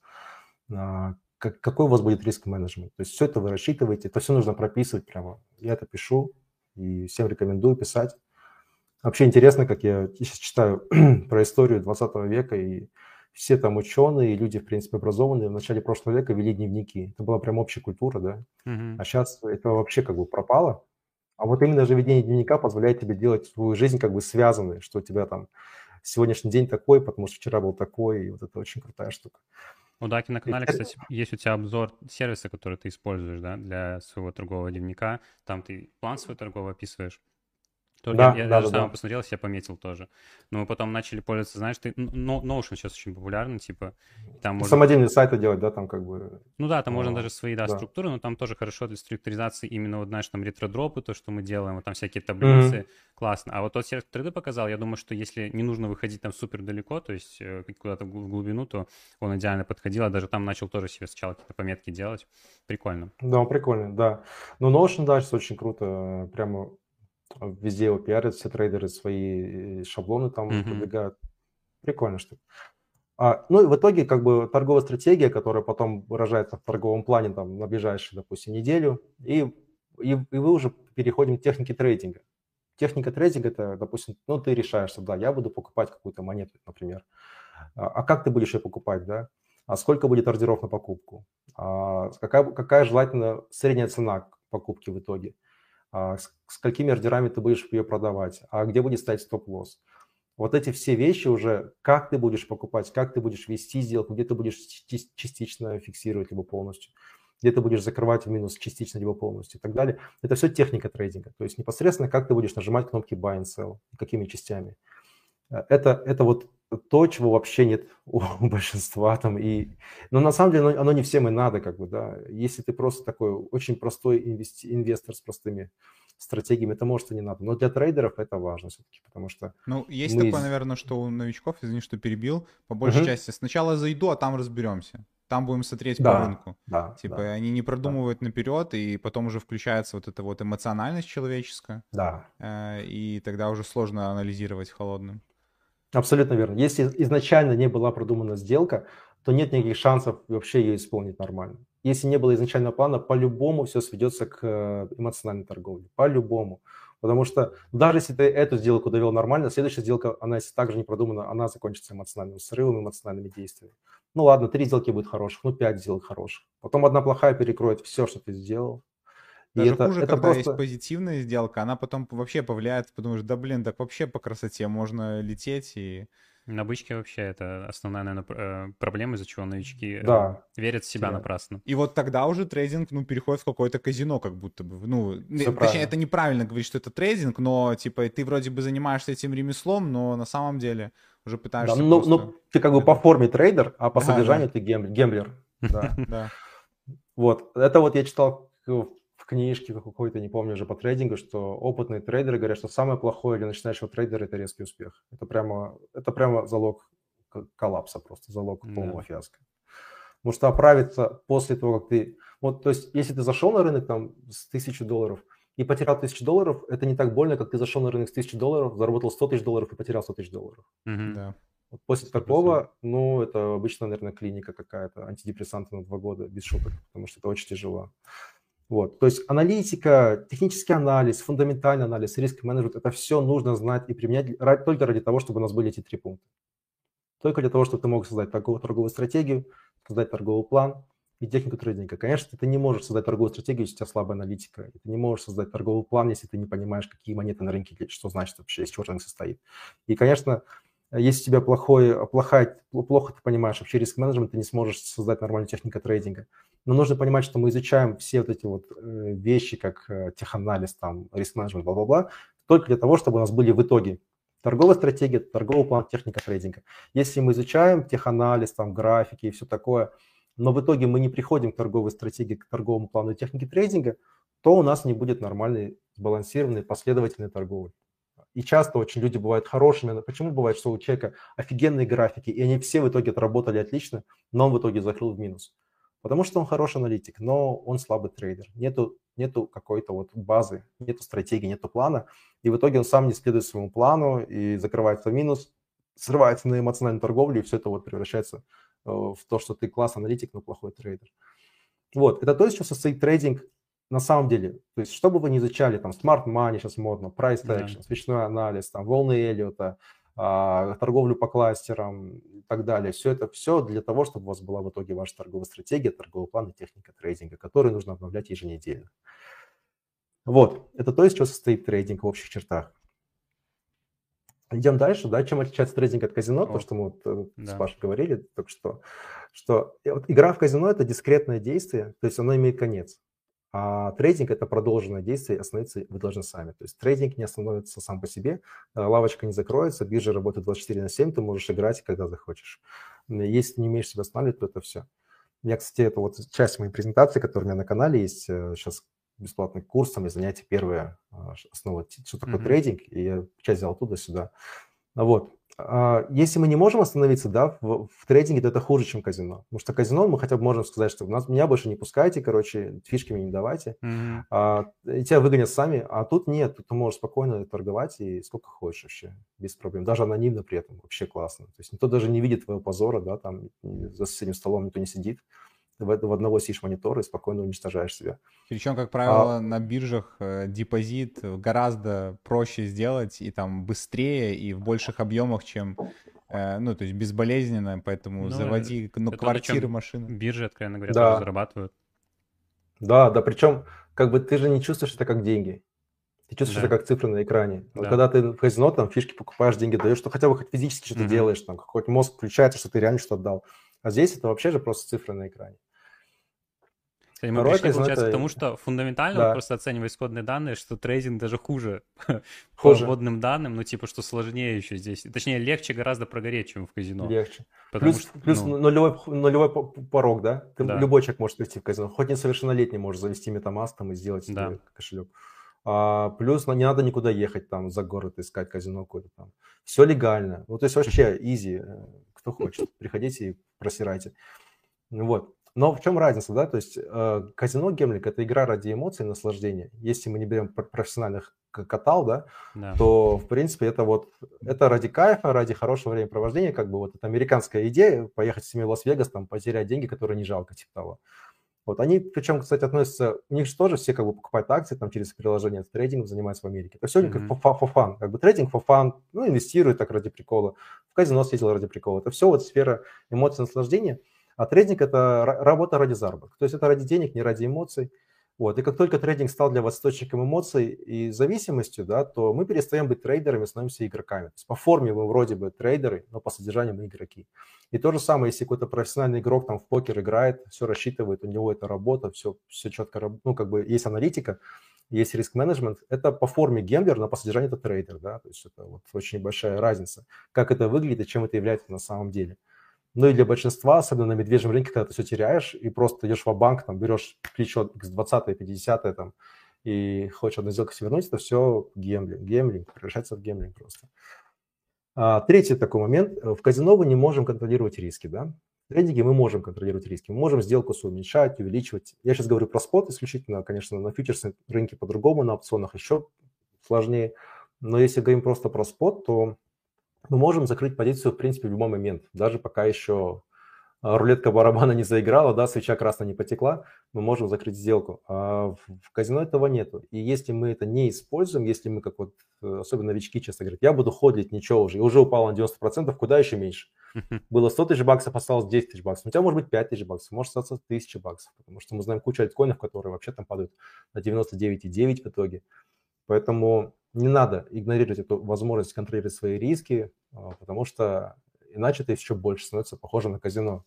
Какой у вас будет риск-менеджмент. То есть все это вы рассчитываете, это все нужно прописывать прямо. Я это пишу и всем рекомендую писать. Вообще интересно, как я сейчас читаю про историю 20 века, и все там ученые, и люди, в принципе, образованные в начале прошлого века вели дневники. Это была прям общая культура, да. А сейчас это вообще как бы пропало. А вот именно же ведение дневника позволяет тебе делать свою жизнь как бы связанной, что у тебя там сегодняшний день такой, потому что вчера был такой, и вот это очень крутая штука. У Даки на канале, кстати, есть у тебя обзор сервиса, который ты используешь, да, для своего торгового дневника. Там ты план свой торговый описываешь. Я даже сам посмотрел, себе пометил тоже. Но мы потом начали пользоваться, знаешь, Notion сейчас очень популярный, типа... Там можно... Самодельные сайты делать, да, там как бы... Ну да, там можно даже свои, да, структуры, но там тоже хорошо для структуризации именно, вот, знаешь, там ретродропы, то, что мы делаем, вот там всякие таблицы, классно. А вот тот сервис, который ты показал, я думаю, что если не нужно выходить там супер далеко, то есть куда-то в глубину, то он идеально подходил, а даже там начал тоже себе сначала какие-то пометки делать. Прикольно. Да, прикольно, да. Но Notion, да, сейчас очень круто, прямо... Везде его пиарят, все трейдеры свои шаблоны там продвигают. Прикольно, что. Ну и в итоге как бы торговая стратегия, которая потом выражается в торговом плане там на ближайшую, допустим, неделю, и вы уже переходим к технике трейдинга. Техника трейдинга – это, допустим, ну ты решаешь, что да, я буду покупать какую-то монету, например. А как ты будешь ее покупать, да? А сколько будет ордеров на покупку? Какая желательно средняя цена покупки в итоге? С какими ордерами ты будешь ее продавать, а где будет стоять стоп-лосс. Вот эти все вещи уже, как ты будешь покупать, как ты будешь вести сделку, где ты будешь частично фиксировать, либо полностью, где ты будешь закрывать в минус частично, либо полностью и так далее. Это все техника трейдинга. То есть непосредственно, как ты будешь нажимать кнопки buy and sell, какими частями. Это вот то, чего вообще нет у большинства там. Но на самом деле оно не всем и надо, как бы, да. Если ты просто такой очень простой инвестор с простыми стратегиями, это может и не надо. Но для трейдеров это важно все-таки, потому что... Ну, есть такое, наверное, что у новичков, извини, что перебил, по большей части сначала зайду, а там разберемся. Там будем смотреть по рынку. Да, типа они не продумывают наперед, и потом уже включается вот эта вот эмоциональность человеческая. Да. И тогда уже сложно анализировать холодным. Абсолютно верно. Если изначально не была продумана сделка, то нет никаких шансов вообще ее исполнить нормально. Если не было изначального плана, по-любому все сведется к эмоциональной торговле. По-любому. Потому что даже если ты эту сделку довел нормально, следующая сделка, она если также не продумана, она закончится эмоциональным срывом, эмоциональными действиями. Ну ладно, 3 сделки будет хороших, 5 сделок хороших. Потом одна плохая перекроет все, что ты сделал. Даже хуже, когда просто... есть позитивная сделка, она потом вообще повлияет, потому что, да блин, так вообще по красоте можно лететь, и На бычке вообще это основная, наверное, проблема, из-за чего новички Да. верят в себя теряют. напрасно. И вот тогда уже трейдинг, ну, переходит в какое-то казино, как будто бы. Ну, Всё точнее, правильно. это неправильно говорить, что это трейдинг, но, типа, ты вроде бы занимаешься этим ремеслом, но на самом деле уже Да, пытаешься ну, просто... ты как бы по форме трейдер, а по Да, содержанию да, ты гемблер. Да. да. Вот. Это вот я читал в книжке какой-то, не помню уже, по трейдингу, что опытные трейдеры говорят, что самое плохое для начинающего трейдера – это резкий успех. Это прямо залог коллапса просто, залог полного Да. фиаско. Потому что оправиться после того, как ты... Вот, то есть, если ты зашел на рынок там с $1000 и потерял $1000, это не так больно, как ты зашел на рынок с $1000, заработал $100 000 и потерял $100 000. Да. Вот после 100%. такого, ну, это обычно, наверное, клиника какая-то, антидепрессанты на 2 года, без шуток, потому что это очень тяжело. Вот. То есть аналитика, технический анализ, фундаментальный анализ, риск-менеджмент – это все нужно знать и применять только ради того, чтобы у нас были эти 3 пункта. Только для того, чтобы ты мог создать торговую стратегию, создать торговый план и технику трейдинга. Конечно, ты не можешь создать торговую стратегию, если у тебя слабая аналитика. И ты не можешь создать торговый план, если ты не понимаешь, какие монеты на рынке, что значит вообще, из чего рынок состоит. И, конечно, если у тебя плохо ты понимаешь вообще риск-менеджмент, ты не сможешь создать нормальную технику трейдинга. Но нужно понимать, что мы изучаем все вот эти вот вещи, как теханализ, там, риск-менеджмент, бла-бла-бла, только для того, чтобы у нас были в итоге торговая стратегия, торговый план, техника трейдинга. Если мы изучаем теханализ, там, графики и все такое, но в итоге мы не приходим к торговой стратегии, к торговому плану и технике трейдинга, то у нас не будет нормальной, сбалансированной, последовательной торговли. И часто очень люди бывают хорошими. Но почему бывает, что у человека офигенные графики, и они все в итоге отработали отлично, но он в итоге закрыл в минус? Потому что он хороший аналитик, но он слабый трейдер. Нету какой-то вот базы, нету стратегии, нету плана. И в итоге он сам не следует своему плану и закрывается в минус, срывается на эмоциональную торговлю, и все это вот превращается в то, что ты классный аналитик, но плохой трейдер. Вот, это то, из чего состоит трейдинг на самом деле. То есть, что бы вы ни изучали, там, smart money сейчас модно, price action, свечной анализ, там, волны Эллиота, торговлю по кластерам и так далее. Все это все для того, чтобы у вас была в итоге ваша торговая стратегия, торговый план и техника трейдинга, который нужно обновлять еженедельно. Вот, это то, из чего состоит трейдинг в общих чертах. Идем дальше, да, чем отличается трейдинг от казино, то, что мы вот с Пашей говорили только что вот игра в казино – это дискретное действие, то есть оно имеет конец. А трейдинг – это продолженное действие, и остановиться вы должны сами. То есть трейдинг не остановится сам по себе, лавочка не закроется, биржа работает 24/7, ты можешь играть, когда захочешь. Если не умеешь себя останавливать, то это все. Я, кстати, это вот часть моей презентации, которая у меня на канале есть, сейчас бесплатный курс, там, занятия первые, основы, что такое трейдинг, и я часть взял оттуда сюда. Вот. Если мы не можем остановиться, да, в трейдинге, то это хуже, чем казино. Потому что казино мы хотя бы можем сказать, что меня больше не пускайте, короче, фишки мне не давайте, и тебя выгонят сами, а тут нет, тут ты можешь спокойно торговать и сколько хочешь вообще, без проблем. Даже анонимно при этом, вообще классно. То есть никто даже не видит твоего позора, да, там за соседним столом никто не сидит. Ты в одного сидишь монитора и спокойно уничтожаешь себя. Причем, как правило, на биржах депозит гораздо проще сделать и там быстрее, и в больших объемах, чем, ну, то есть безболезненно, поэтому заводи квартиры, машины. Биржи, откровенно говоря, тоже зарабатывают. Да, причем как бы ты же не чувствуешь это как деньги. Ты чувствуешь это как цифры на экране. Вот когда ты в казино там фишки покупаешь, деньги даешь, что хотя бы хоть физически что-то делаешь, там хоть мозг включается, что ты реально что-то отдал. А здесь это вообще же просто цифры на экране. Кстати, мы пришли, получается, к тому, что фундаментально просто оценивая исходные данные, что трейдинг даже хуже по вводным данным, ну типа, что сложнее еще здесь. Точнее, легче гораздо прогореть, чем в казино. Легче. Плюс нулевой порог, да? Любой человек может прийти в казино. Хоть несовершеннолетний может завести MetaMask там и сделать себе кошелек. Плюс не надо никуда ехать там за город искать казино какое-то там. Все легально. Ну, то есть вообще easy. Кто хочет, приходите и просирайте. Вот. Но в чем разница, да? То есть казино, гемблинг – это игра ради эмоций и наслаждения. Если мы не берем профессиональных катал, да, то, в принципе, это ради кайфа, ради хорошего времяпровождения, как бы вот эта американская идея – поехать с семьей в Лас-Вегас, там, потерять деньги, которые не жалко, типа того. Вот они, причем, кстати, относятся, у них же тоже все как бы покупают акции там через приложение, трейдингом занимаются в Америке. Это все как for fun, как бы трейдинг for fun, ну, инвестируют так ради прикола, в казино съездил ради прикола. Это все вот сфера эмоций, наслаждения. А трейдинг – это работа ради заработка. То есть это ради денег, не ради эмоций. Вот. И как только трейдинг стал для вас источником эмоций и зависимостью, да, то мы перестаем быть трейдерами, становимся игроками. То есть по форме мы вроде бы трейдеры, но по содержанию мы игроки. И то же самое, если какой-то профессиональный игрок там в покер играет, все рассчитывает, у него это работа, все четко, ну, как бы есть аналитика, есть риск-менеджмент. Это по форме гемблер, но по содержанию это трейдер, да, то есть это вот очень большая разница, как это выглядит и чем это является на самом деле. Ну и для большинства, особенно на медвежьем рынке, когда ты все теряешь и просто идешь в банк, там берешь плечо x20, 50 там, и хочешь одну сделку свернуть, это все гемблинг. Гемблинг превращается в гемблинг просто. Третий такой момент. В казино мы не можем контролировать риски, да. В трейдинге мы можем контролировать риски. Мы можем сделку свою уменьшать, увеличивать. Я сейчас говорю про спот исключительно, конечно, на фьючерсном рынке по-другому, на опционах еще сложнее. Но если говорим просто про спот, то мы можем закрыть позицию, в принципе, в любой момент, даже пока еще рулетка барабана не заиграла, да, свеча красная не потекла, мы можем закрыть сделку. А в казино этого нету. И если мы это не используем, если мы, как вот, особенно новички часто говорят, я буду ходить, ничего уже, и уже упало на 90%, куда еще меньше? Было 100 тысяч баксов, осталось 10 тысяч баксов. У тебя может быть 5 тысяч баксов, может остаться 1000 баксов, потому что мы знаем кучу альткоинов, которые вообще там падают на 99,9 в итоге. Поэтому не надо игнорировать эту возможность контролировать свои риски, потому что иначе это еще больше становится похоже на казино.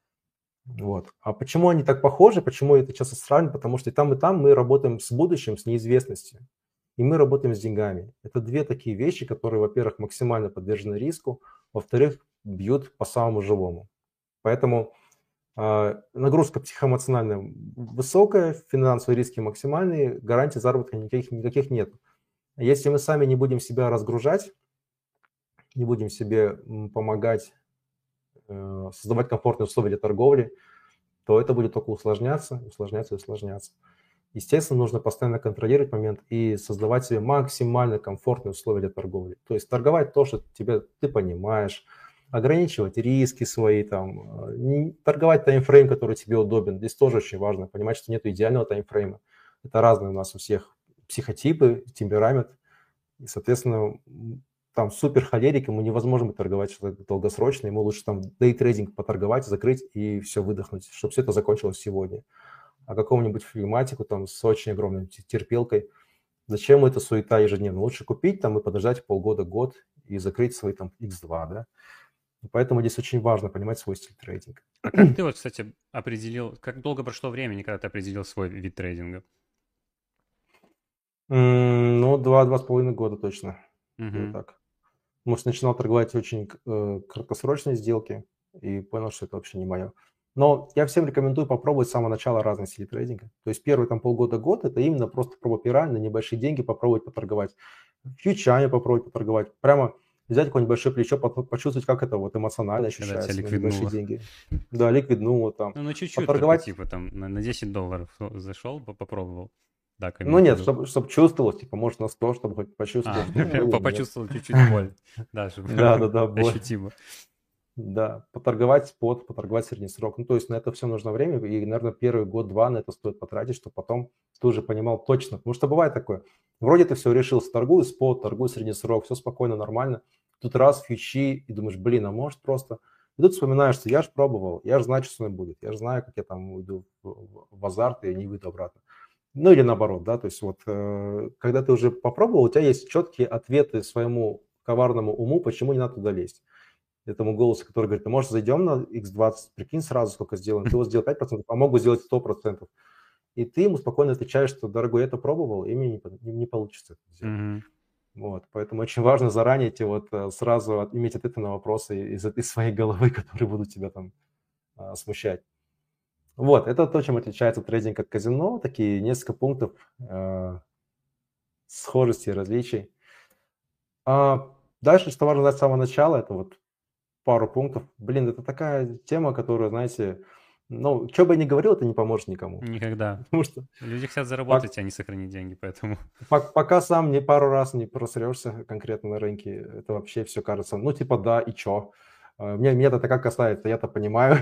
Вот. А почему они так похожи, почему это часто сравнивают? Потому что и там мы работаем с будущим, с неизвестностью, и мы работаем с деньгами. Это две такие вещи, которые, во-первых, максимально подвержены риску, во-вторых, бьют по самому живому. Поэтому нагрузка психоэмоциональная высокая, финансовые риски максимальные, гарантий заработка никаких нет. Если мы сами не будем себя разгружать, не будем себе помогать создавать комфортные условия для торговли, то это будет только усложняться. Естественно, нужно постоянно контролировать момент и создавать себе максимально комфортные условия для торговли. То есть торговать то, что ты понимаешь, ограничивать риски свои, там, торговать таймфрейм, который тебе удобен. Здесь тоже очень важно понимать, что нет идеального таймфрейма. Это разные у нас у всех психотипы, темперамент. И, соответственно, там супер холерик, ему невозможно торговать что-то долгосрочно, ему лучше там дейтрейдинг поторговать, закрыть и все выдохнуть, чтобы все это закончилось сегодня. А какому-нибудь флегматику там с очень огромной терпелкой, зачем эта суета ежедневно? Лучше купить там и подождать полгода-год и закрыть свои там X2, да? И поэтому здесь очень важно понимать свой стиль трейдинга. А как ты вот, кстати, определил, как долго прошло времени, когда ты определил свой вид трейдинга? Ну, 2-2,5 года точно. Угу. Так. Может, начинал торговать очень краткосрочные сделки и понял, что это вообще не мое. Но я всем рекомендую попробовать с самого начала разные стили трейдинга. То есть первый там полгода-год – это именно просто проба пера на небольшие деньги попробовать поторговать. Фьючами попробовать поторговать. Прямо взять какое-нибудь большое плечо, почувствовать, как это вот эмоционально ощущается на небольшие деньги. Да, ликвиднуло там. Ну, чуть-чуть поторговать... только, типа там на $10 зашел, попробовал. Да, ну нет, чтобы чувствовалось, типа, может, на 100, чтобы хоть почувствовал. Почувствовал чуть-чуть боль. Да, чтобы ощутимо. Да, поторговать спот, поторговать средний срок. Ну, то есть на это все нужно время, и, наверное, первый год-два на это стоит потратить, чтобы потом ты уже понимал точно. Потому что бывает такое, вроде ты все решил, торгуй спот, торгуй средний срок, все спокойно, нормально. Тут раз фьючи, и думаешь, блин, а может просто... И тут вспоминаешь, что я же пробовал, я же знаю, что со мной будет, я же знаю, как я там уйду в азарт и не выйду обратно. Ну или наоборот, да, то есть вот когда ты уже попробовал, у тебя есть четкие ответы своему коварному уму, почему не надо туда лезть. Этому голосу, который говорит, ну, может, зайдем на X20, прикинь сразу, сколько сделаем. Ты вот сделал 5%, а могу сделать 100%. И ты ему спокойно отвечаешь, что, дорогой, я это пробовал, и мне не получится это сделать. Mm-hmm. Вот, поэтому очень важно заранее эти вот сразу иметь ответы на вопросы из этой своей головы, которые будут тебя там смущать. Вот, это то, чем отличается трейдинг от казино. Такие несколько пунктов схожести и различий. Дальше, что важно знать с самого начала, это вот пару пунктов. Блин, это такая тема, которая, знаете, ну, что бы я ни говорил, это не поможет никому. Никогда. Потому что люди хотят заработать, а не сохранить деньги, поэтому... Пока сам не пару раз не просрешься конкретно на рынке, это вообще все кажется, ну, типа, да, и чё? Меня это как касается, я-то понимаю.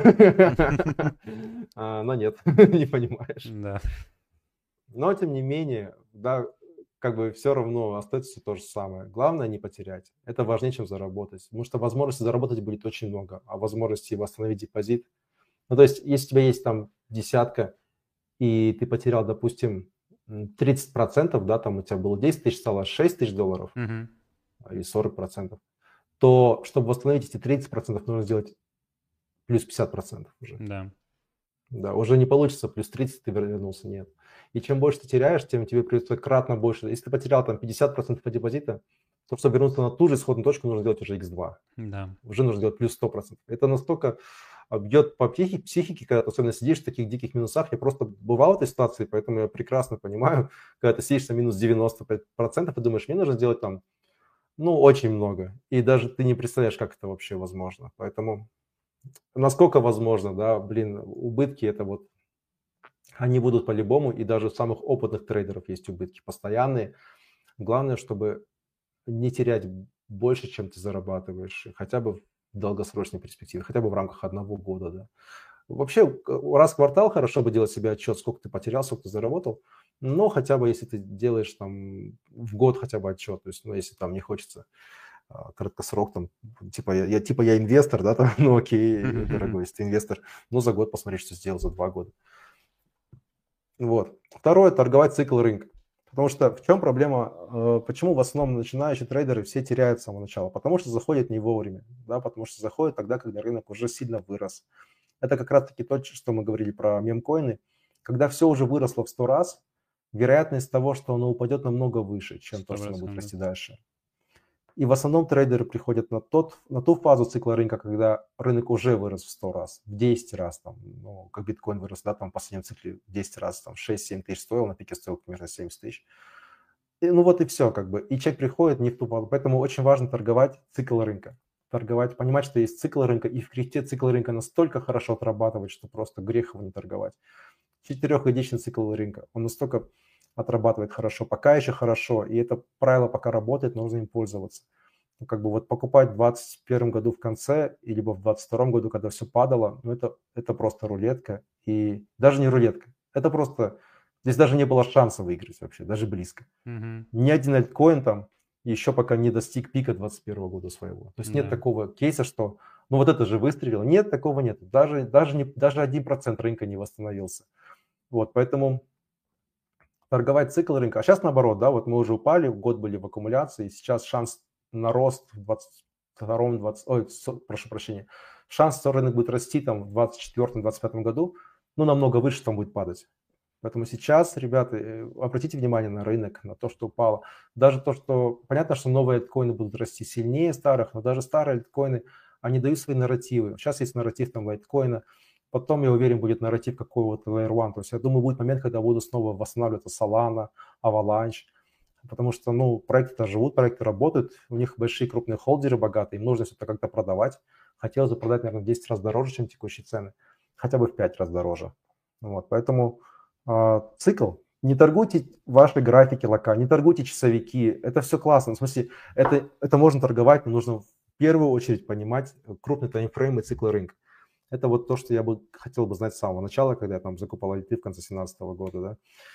Но нет, не понимаешь. Да. Но, тем не менее, да, как бы все равно остается то же самое. Главное не потерять. Это важнее, чем заработать. Потому что возможностей заработать будет очень много, а возможности восстановить депозит. Ну, то есть, если у тебя есть там десятка, и ты потерял, допустим, 30%, да, там у тебя было 10 тысяч, стало 6 тысяч долларов, или 40%, то, чтобы восстановить эти 30%, нужно сделать плюс 50% уже. Да. Да, уже не получится плюс 30, ты вернулся, нет. И чем больше ты теряешь, тем тебе придется кратно больше. Если ты потерял там 50% от депозита, то чтобы вернуться на ту же исходную точку, нужно сделать уже x2. Да. Уже нужно сделать плюс 100%. Это настолько бьет по психике, когда ты особенно сидишь в таких диких минусах. Я просто бывал в этой ситуации, поэтому я прекрасно понимаю, когда ты сидишь на минус 95% и думаешь, мне нужно сделать там, ну, очень много. И даже ты не представляешь, как это вообще возможно. Поэтому насколько возможно, да, блин, убытки это вот, они будут по-любому, и даже у самых опытных трейдеров есть убытки постоянные. Главное, чтобы не терять больше, чем ты зарабатываешь, хотя бы в долгосрочной перспективе, хотя бы в рамках 1 года, да. Вообще, раз в квартал хорошо бы делать себе отчет, сколько ты потерял, сколько ты заработал, но хотя бы если ты делаешь там в год хотя бы отчет, то есть, ну, если там не хочется краткосрок, там, типа я инвестор, да, там, ну окей, дорогой, если ты инвестор, ну за год посмотри, что сделал, за 2 года. Вот. Второе, торговать цикл рынка. Потому что в чем проблема, почему в основном начинающие трейдеры все теряют с самого начала? Потому что заходят не вовремя, да, потому что заходят тогда, когда рынок уже сильно вырос. Это как раз-таки то, что мы говорили про мемкоины. Когда все уже выросло в 100 раз, вероятность того, что оно упадет, намного выше, чем то, что оно будет 100%. расти дальше. И в основном трейдеры приходят на ту фазу цикла рынка, когда рынок уже вырос в 100 раз, в 10 раз, там, ну, как биткоин вырос, да, там в последнем цикле 10 раз, там 6-7 тысяч стоил, на пике стоил примерно 70 тысяч. И, ну вот и все, как бы. И человек приходит не в ту фазу. Поэтому очень важно торговать цикл рынка. Торговать, понимать, что есть цикл рынка, и в крипте цикл рынка настолько хорошо отрабатывает, что просто грех его не торговать. 4-годичный цикл рынка, он настолько отрабатывает хорошо, пока еще хорошо, и это правило пока работает, нужно им пользоваться. Ну, как бы вот покупать в 2021 году в конце, либо в 2022 году, когда все падало, ну, это просто рулетка, и даже не рулетка, это просто, здесь даже не было шанса выиграть вообще, даже близко. Ни один альткоин там еще пока не достиг пика 2021 года своего. То есть нет такого кейса, что, ну, вот это же выстрелило. Нет, такого нет. Даже 1% рынка не восстановился. Вот, поэтому торговать цикл рынка. А сейчас наоборот, да, вот мы уже упали, год были в аккумуляции, сейчас шанс на рост в 22-м, прошу прощения, шанс, что рынок будет расти там в 2024-2025 году, ну, намного выше, там будет падать. Поэтому сейчас, ребята, обратите внимание на рынок, на то, что упало. Даже то, что, понятно, что новые альткоины будут расти сильнее старых, но даже старые альткоины, они дают свои нарративы. Сейчас есть нарратив там лайткоина, потом, я уверен, будет нарратив какого-то Layer One. То есть я думаю, будет момент, когда будут снова восстанавливаться Solana, Avalanche, потому что, ну, проекты-то живут, проекты работают, у них большие крупные холдеры богатые, им нужно все это как-то продавать. Хотелось бы продать, наверное, в 10 раз дороже, чем текущие цены, хотя бы в 5 раз дороже. Вот, поэтому цикл. Не торгуйте ваши графики локально, не торгуйте часовики. Это все классно. В смысле, это можно торговать, но нужно в первую очередь понимать крупные таймфреймы цикла рынка. Это вот то, что я хотел бы знать с самого начала, когда я там закупал альты в конце 2017 года.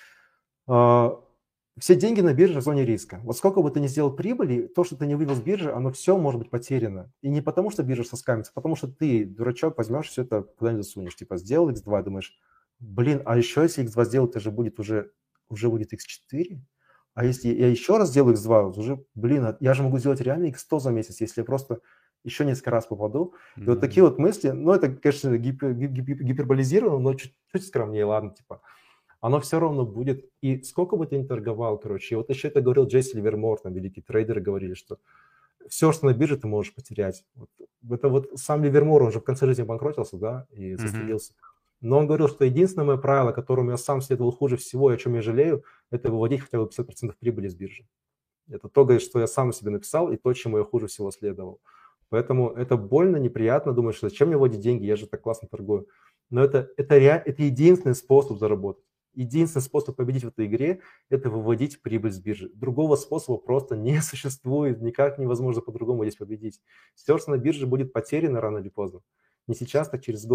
Да? Все деньги на бирже в зоне риска. Вот сколько бы ты ни сделал прибыли, то, что ты не вывел с биржи, оно все может быть потеряно. И не потому, что биржа соскамится, а потому что ты, дурачок, возьмешь все это куда-нибудь засунешь. Типа сделал X2, думаешь, блин, а еще если X2 сделать, это же будет уже будет X4. А если я еще раз сделаю X2, уже, блин, я же могу сделать реально X100 за месяц, если я просто еще несколько раз попаду. И вот такие вот мысли, ну, это, конечно, гиперболизировано, но чуть-чуть скромнее, ладно, типа. Оно все равно будет. И сколько бы ты ни торговал, короче. И вот еще это говорил Джесси Ливермор, там, великие трейдеры говорили, что все, что на бирже, ты можешь потерять. Это вот сам Ливермор, он же в конце жизни банкротился, да, и застрелился. Но он говорил, что единственное мое правило, которому я сам следовал хуже всего, и о чем я жалею, это выводить хотя бы 50% прибыли с биржи. Это то, что я сам себе написал, и то, чему я хуже всего следовал. Поэтому это больно, неприятно. Думаешь, зачем мне вводить деньги, я же так классно торгую. Но это единственный способ заработать. Единственный способ победить в этой игре – это выводить прибыль с биржи. Другого способа просто не существует. Никак невозможно по-другому здесь победить. Все, что на бирже будет потеряно рано или поздно. Не сейчас, так через год.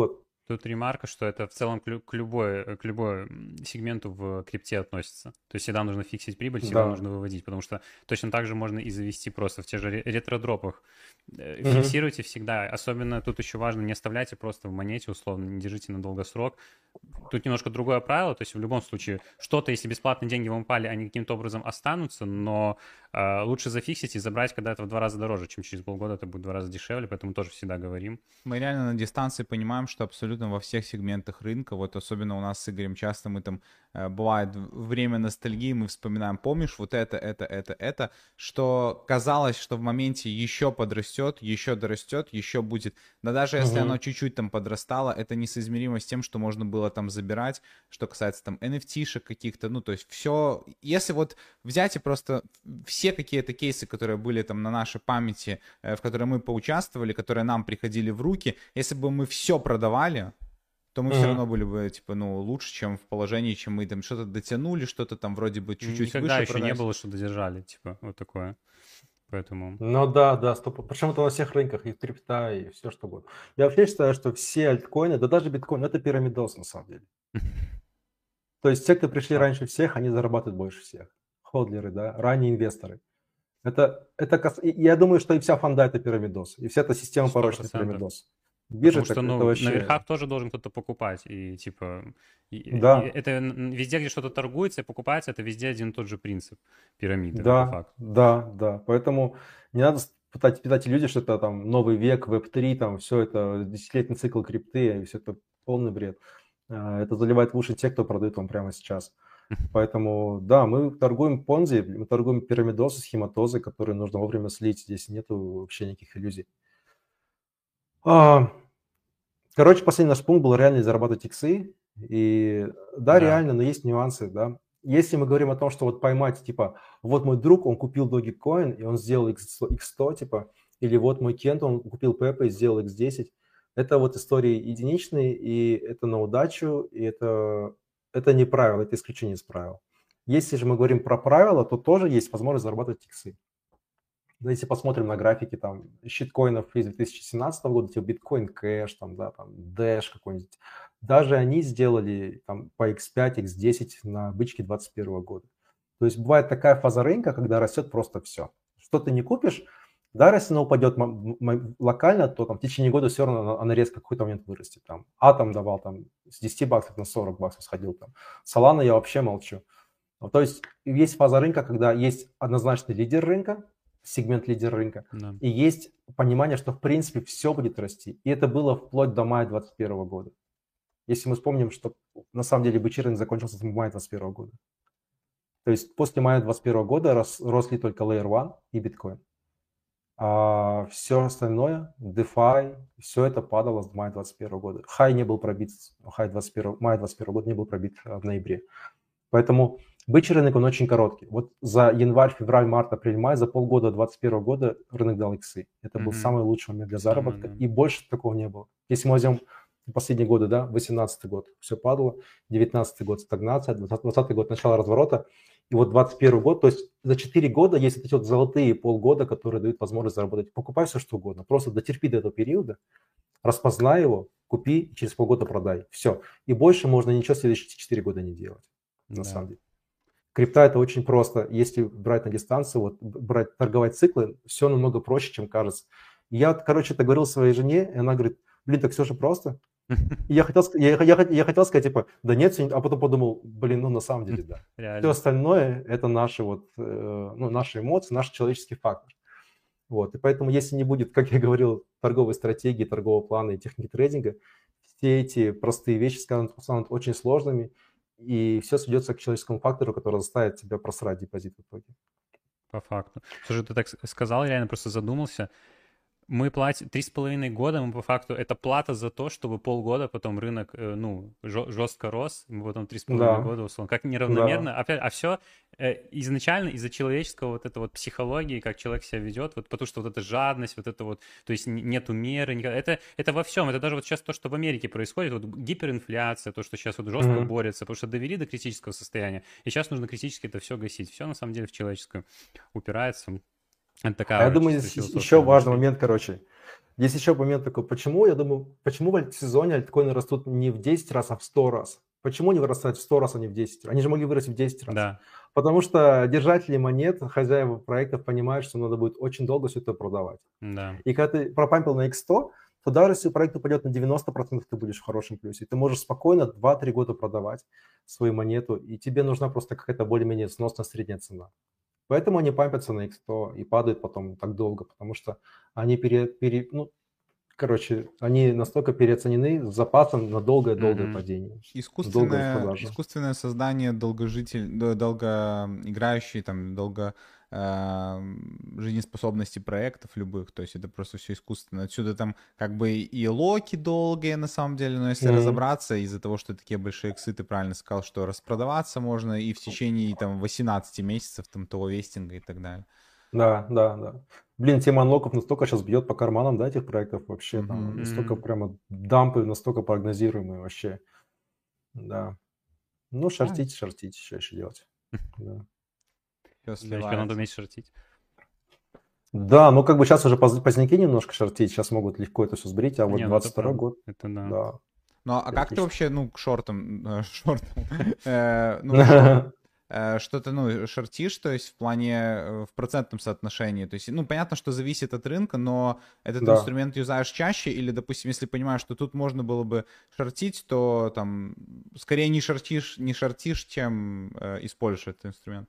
Тут ремарка, что это в целом к любой сегменту в крипте относится. То есть всегда нужно фиксить прибыль, всегда нужно выводить, потому что точно так же можно и завести просто в те же ретро-дропах. Фиксируйте всегда. Особенно тут еще важно, не оставляйте просто в монете, условно, не держите на долгосрок. Тут немножко другое правило, то есть в любом случае что-то, если бесплатные деньги вам упали, они каким-то образом останутся, но лучше зафиксить и забрать, когда это в 2 раза дороже, чем через полгода это будет в 2 раза дешевле, поэтому тоже всегда говорим. Мы реально на дистанции понимаем, что абсолютно во всех сегментах рынка, вот особенно у нас с Игорем часто мы там, бывает время ностальгии, мы вспоминаем, помнишь, вот это, что казалось, что в моменте еще подрастет, еще дорастет, еще будет, да даже если оно чуть-чуть там подрастало, это несоизмеримо с тем, что можно было там забирать, что касается там NFT-шек каких-то, ну то есть все, если вот взять и просто все какие-то кейсы, которые были там на нашей памяти, в которые мы поучаствовали, которые нам приходили в руки, если бы мы все продавали, то мы все равно были бы, типа, ну, лучше, чем в положении, чем мы там что-то дотянули, что-то там вроде бы чуть-чуть Никогда выше еще продать. не было, что додержали, типа, вот такое. Поэтому... Ну да, стоп. Причем это на всех рынках, и крипта, и все что угодно. Я вообще считаю, что все альткоины, да даже биткоин, это пирамидос на самом деле. То есть те, кто пришли раньше всех, они зарабатывают больше всех. Ходлеры, да, ранние инвесторы. Я думаю, что и вся фонда это пирамидос. И вся эта система 100%. порочный пирамидос. Потому что, ну, вообще... на верхах тоже должен кто-то покупать. И, типа, да. и это везде, где что-то торгуется и покупается, это везде один и тот же принцип пирамиды, да, по факту. Да. Поэтому не надо питать иллюзии, что это там новый век, веб-3, там все это, десятилетний цикл крипты, и все это полный бред. Это заливает в уши те, кто продает вам прямо сейчас. Поэтому, да, мы торгуем понзи, мы торгуем пирамидосы, схематозы, которые нужно вовремя слить. Здесь нету вообще никаких иллюзий. Короче, последний наш пункт был реально зарабатывать иксы. И да, реально, но есть нюансы, да. Если мы говорим о том, что вот поймать, типа, вот мой друг, он купил Dogecoin, и он сделал X100, типа, или вот мой Кент, он купил Pepe и сделал X10, это вот истории единичные, и это на удачу, и это не правило, это исключение из правил. Если же мы говорим про правила, то тоже есть возможность зарабатывать иксы. Если посмотрим на графики там щиткоинов из 2017 года, типа Bitcoin Cash, там, да, там Dash какой-нибудь, даже они сделали там по X5, X10 на бычке 2021 года. То есть бывает такая фаза рынка, когда растет просто все. Что ты не купишь, даже если оно упадет локально, то там в течение года все равно она резко в какой-то момент вырастет. Там Атом давал там с 10 баксов на 40 баксов сходил там. Solana я вообще молчу. То есть есть фаза рынка, когда есть однозначный лидер рынка, сегмент лидер рынка, и есть понимание, что в принципе все будет расти. И это было вплоть до мая 2021 года. Если мы вспомним, что на самом деле бычий рынок закончился в мае 2021 года. То есть после мая 2021 года росли только Layer 1 и биткоин. А все остальное, DeFi, все это падало с мая 2021 года. Хай не был пробит, мая 2021 года не был пробит в ноябре. Поэтому бычий рынок, он очень короткий. Вот за январь, февраль, март, апрель, май, за полгода 2021 года рынок дал иксы. Это был самый лучший момент для заработка, и больше такого не было. Если мы возьмем последние годы, да, 18 год, все падало, 19 год стагнация, 20 год начало разворота, и вот 21 год, то есть за 4 года есть вот эти вот золотые полгода, которые дают возможность заработать. Покупай все, что угодно, просто дотерпи до этого периода, распознай его, купи, и через полгода продай. Все. И больше можно ничего в следующие 4 года не делать, на самом деле. Крипта это очень просто. Если брать на дистанцию, вот брать, торговать циклы, все намного проще, чем кажется. Я, короче, это говорил своей жене, и она говорит, блин, так все же просто. И я хотел сказать, типа, да нет, а потом подумал, блин, ну на самом деле, да. Реально. Все остальное это наши вот, наши эмоции, наш человеческий фактор. Вот, и поэтому, если не будет, как я говорил, торговой стратегии, торгового плана и техники трейдинга, все эти простые вещи станут очень сложными, и все сведется к человеческому фактору, который заставит тебя просрать депозит в итоге. По факту. Слушай, ты так сказал, реально просто задумался. Мы платим 3,5 года, мы по факту, это плата за то, чтобы полгода потом рынок, жестко рос, мы потом 3,5 года, условно, как неравномерно, опять, а все изначально из-за человеческого вот это вот психологии, как человек себя ведет, вот потому что вот эта жадность, вот это вот, то есть нету меры, это во всем, это даже вот сейчас то, что в Америке происходит, вот гиперинфляция, то, что сейчас вот жестко борется, потому что довели до критического состояния, и сейчас нужно критически это все гасить, все на самом деле в человеческое упирается. Это такая А я уже думаю, чисто здесь философское еще важный размышление. момент, короче. Есть еще момент такой, почему, я думаю, почему в сезоне альткоины растут не в 10 раз, а в 100 раз? Почему они вырастают в 100 раз, а не в 10 раз? Они же могли вырасти в 10 раз. Да, Потому что держатели монет, хозяева проектов понимают, что надо будет очень долго все это продавать. да. И когда ты пропампил на X100, то даже если проект упадет на 90%, ты будешь в хорошем плюсе. Ты можешь спокойно 2-3 года продавать свою монету, и тебе нужна просто какая-то более-менее сносная средняя цена. Поэтому они пампятся на X100 и падают потом так долго, потому что они они настолько переоценены с запасом на долгое-долгое Мгм. падение, долгое Искусственное, распродажу. искусственное создание долгоиграющей, там, жизнеспособности проектов любых, то есть это просто все искусственно. Отсюда там как бы и локи долгие на самом деле, но если Мгм. разобраться, из-за того, что такие большие иксы, ты правильно сказал, что распродаваться можно и в течение там 18 месяцев там того вестинга и так далее. Да, да, да. Блин, тема анлоков настолько сейчас бьет по карманам, да, этих проектов вообще, там, Мгм. настолько Мгм. прямо дампы, настолько прогнозируемые вообще, да. Ну, Да, шортить, что еще делать, да. все Да, еще надо сливается. уметь шортить. Да, ну, как бы сейчас уже поздняки немножко шортить, сейчас могут легко это все сбрить, а вот Не, ну это 22 правда. год, Это да. да, Ну, а как ты критично. вообще, ну, к шортам, ну, шорт, что-то, ну, шортишь, то есть в плане, в процентном соотношении, то есть, ну, понятно, что зависит от рынка, но этот Да. инструмент юзаешь чаще, или, допустим, если понимаешь, что тут можно было бы шортить, то там скорее не шортишь, чем используешь этот инструмент.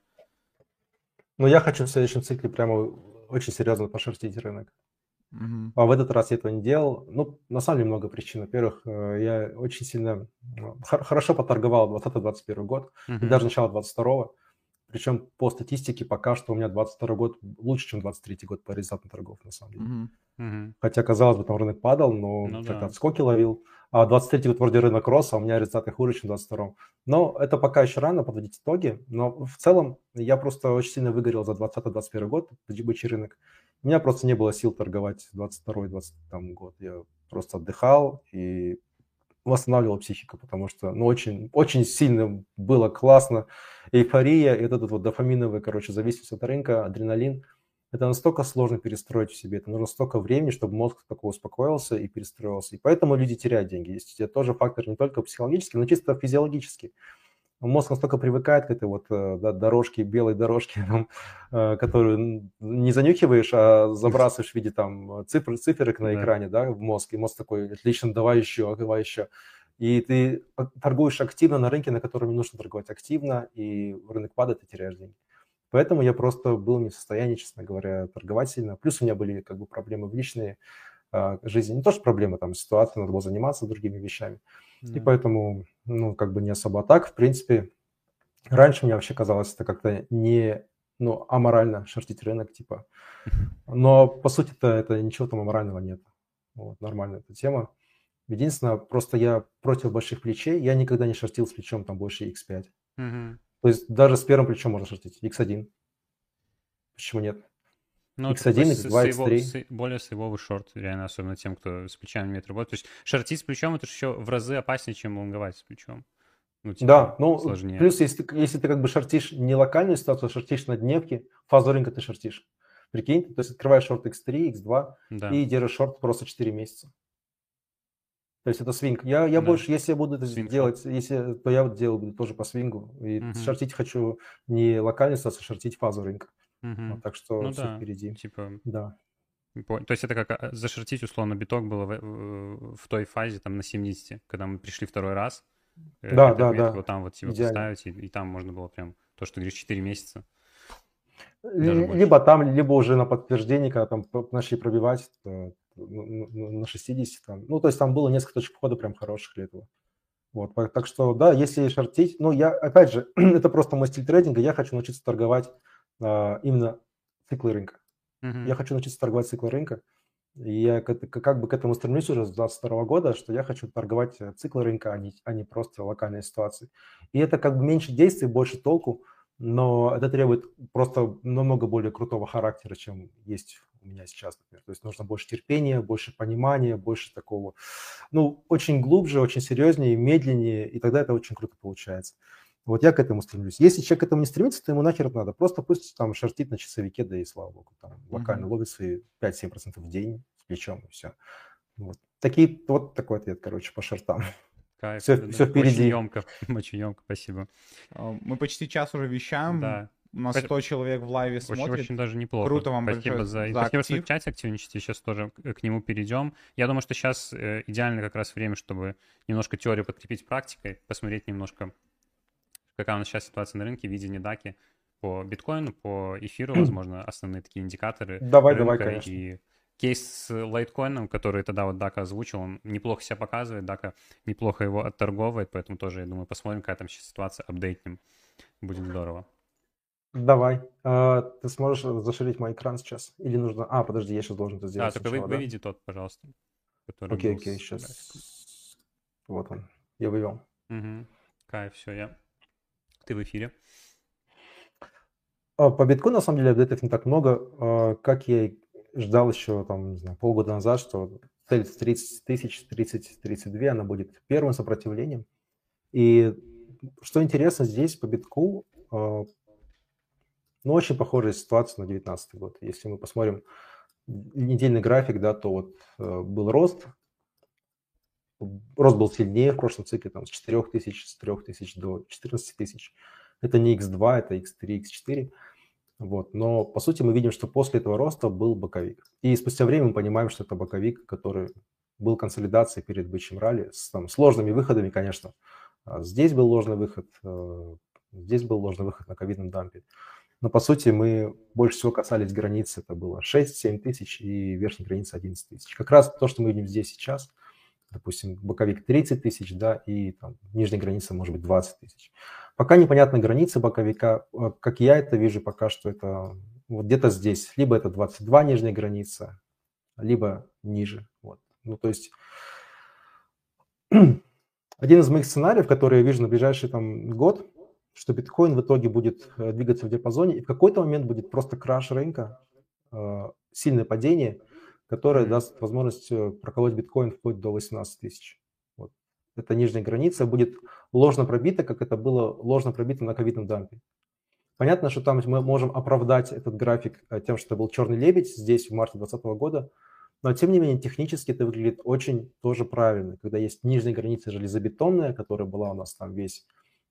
Но я хочу в следующем цикле прямо очень серьезно пошортить рынок. Мгм. А в этот раз я этого не делал. Ну, на самом деле много причин. Во-первых, я очень сильно хорошо поторговал 2020-2021 год и Мгм. даже начало 2022. Причем по статистике пока что у меня 2022 год лучше, чем 2023 год по результатам торгов, на самом деле. Мгм. Мгм. Хотя, казалось бы, там рынок падал, но Ну что-то да. отскоки ловил. А 23-й год вроде рынок рос, а у меня результаты хуже, чем в 22-м. Но это пока еще рано подводить итоги. Но в целом я просто очень сильно выгорел за 20-21 год, бычий рынок. У меня просто не было сил торговать 22-20 год. Я просто отдыхал и восстанавливал психику, потому что, ну, очень, очень сильно было классно. Эйфория и вот этот вот дофаминовый, короче, зависимость от рынка, адреналин. Это настолько сложно перестроить в себе, это нужно столько времени, чтобы мозг такой успокоился и перестроился. И поэтому люди теряют деньги. Есть тоже фактор не только психологический, но чисто физиологический. Мозг настолько привыкает к этой вот дорожке, белой дорожке, там, которую не занюхиваешь, а забрасываешь в виде там циферок на Да. экране, да, в мозг. И мозг такой, отлично, давай еще, давай еще. И ты торгуешь активно на рынке, на котором не нужно торговать активно, и рынок падает, и теряешь деньги. Поэтому я просто был не в состоянии, честно говоря, торговать сильно. Плюс у меня были как бы проблемы в личной жизни. Не то, что проблемы, там ситуации, надо было заниматься другими вещами. И Да. поэтому, ну, как бы не особо. А так, в принципе, раньше мне вообще казалось это как-то не, ну, аморально шортить рынок, типа. Но, по сути-то, это ничего там аморального нет. Вот, нормальная эта тема. Единственное, просто я против больших плечей. Я никогда не шортил с плечом там больше X5. Мгм. То есть даже с первым плечом можно шортить. X1. Почему нет? Ну, это такой X1, X2, X3. более сейвовый шорт, реально, особенно тем, кто с плечами умеет работать. То есть шортить с плечом — это же еще в разы опаснее, чем лонговать с плечом. Ну, типа, Да, ну, сложнее. плюс, если ты как бы шортишь не локальную ситуацию, а шортишь на дневке, фазу рынка ты шортишь. Прикинь, то есть открываешь шорт X3, X2 Да, и держишь шорт просто 4 месяца. То есть это свинг. Я да. больше, если я буду это Свингшорт. делать, то я вот делаю буду тоже по свингу. И Мгм. шортить хочу не локальную ситуацию, а шортить фазу рынка. Вот, Мгм. так что Ну все да, впереди. типа, Да. то есть это как зашортить, условно, биток было в той фазе, там, на 70, когда мы пришли второй раз, Да, этой да, отметки да. вот там вот типа Идеально. поставить, и там можно было прям то, что ты говоришь, 4 месяца, даже больше. Либо там, либо уже на подтверждение, когда там начали пробивать на 60. Там. Ну, то есть там было несколько точек входа прям хороших для этого. Вот, так что, да, если шортить, ну, я, опять же, это просто мой стиль трейдинга, я хочу научиться торговать именно циклы рынка. Я Мгм. хочу научиться торговать циклы рынка, и я как бы к этому стремлюсь уже с 22 года, что я хочу торговать циклы рынка, а не просто локальные ситуации. И это как бы меньше действий, больше толку, но это требует просто намного более крутого характера, чем есть у меня сейчас, например. То есть нужно больше терпения, больше понимания, больше такого, ну, очень глубже, очень серьезнее, медленнее, и тогда это очень круто получается. Вот я к этому стремлюсь. Если человек к этому не стремится, то ему нахер это надо. Просто пусть там шортит на часовике, да и слава богу. Там локально ловит свои 5-7% в день с плечом, и все. Вот. Вот такой ответ, короче, по шортам. Кайф. Все Очень впереди. емко, очень емко, спасибо. Мы почти час уже вещаем. Да. У нас 100 человек в лайве смотрит. Очень даже неплохо. Круто вам Спасибо большое Спасибо, актив. что в чате активничаете. Сейчас тоже к нему перейдем. Я думаю, что сейчас идеально как раз время, чтобы немножко теорию подкрепить практикой, посмотреть немножко, какая у нас сейчас ситуация на рынке, видение даки по биткоину, по эфиру, возможно, основные такие индикаторы Давай, конечно. И кейс с лайткоином, который тогда вот Дака озвучил, он неплохо себя показывает, Дака неплохо его отторговывает, поэтому тоже, я думаю, посмотрим, какая там сейчас ситуация, апдейтнем. Будет здорово. Давай. Ты сможешь заширить мой экран сейчас? Или нужно... подожди, я сейчас должен это сделать. Да, только выведи тот, пожалуйста. Окей, сейчас. Вот он. Я вывел. Кайф, все, Ты в эфире. По биткоину, на самом деле, апдейтов не так много. Как я и ждал еще, там, не знаю, полгода назад, что цель 30 тысяч, 30-32, она будет первым сопротивлением. И что интересно, здесь по битку, очень похожая ситуация на 2019 год. Если мы посмотрим недельный график, да, то вот был рост. Рост был сильнее в прошлом цикле, там, с 4 тысяч до 14 тысяч. Это не X2, это X3, X4. Вот. Но, по сути, мы видим, что после этого роста был боковик. И спустя время мы понимаем, что это боковик, который был консолидацией перед бычьим ралли с сложными выходами, конечно. Здесь был ложный выход, здесь был ложный выход на ковидном дампе. Но, по сути, мы больше всего касались границы. Это было 6-7 тысяч и верхней границы 11 тысяч. Как раз то, что мы видим здесь сейчас. Допустим, боковик 30 тысяч, да, и там нижняя граница может быть 20 тысяч. Пока непонятна граница боковика. Как я это вижу, пока что это вот где-то здесь. Либо это 22 нижняя граница, либо ниже. Вот. Ну, то есть один из моих сценариев, который я вижу на ближайший год, что биткоин в итоге будет двигаться в диапазоне, и в какой-то момент будет просто краш рынка, сильное падение, которое даст возможность проколоть биткоин вплоть до 18 тысяч. Вот. Эта нижняя граница будет ложно пробита, как это было ложно пробито на ковидном дампе. Понятно, что там мы можем оправдать этот график тем, что это был черный лебедь здесь в марте 2020 года, но тем не менее технически это выглядит очень тоже правильно, когда есть нижняя граница железобетонная, которая была у нас там весь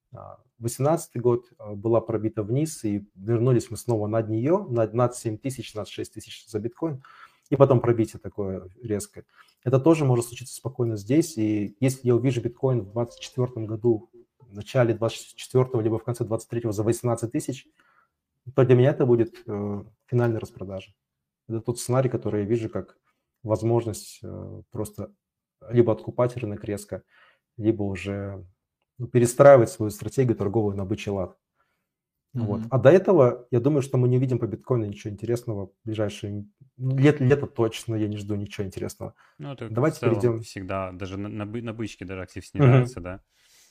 2018 год, была пробита вниз, и вернулись мы снова над нее, над 7 тысяч, над 6 тысяч за биткоин. И потом пробитие такое резкое. Это тоже может случиться спокойно здесь. И если я увижу биткоин в 2024 году, в начале 2024 либо в конце 2023 за 18 тысяч, то для меня это будет финальная распродажа. Это тот сценарий, который я вижу как возможность просто либо откупать рынок резко, либо уже перестраивать свою стратегию торговую на бычий лад. Вот. А до этого, я думаю, что мы не увидим по биткоину ничего интересного в ближайшие лето точно, я не жду ничего интересного. Ну, это давайте перейдем. Всегда, даже на бычке даже актив снижается, да?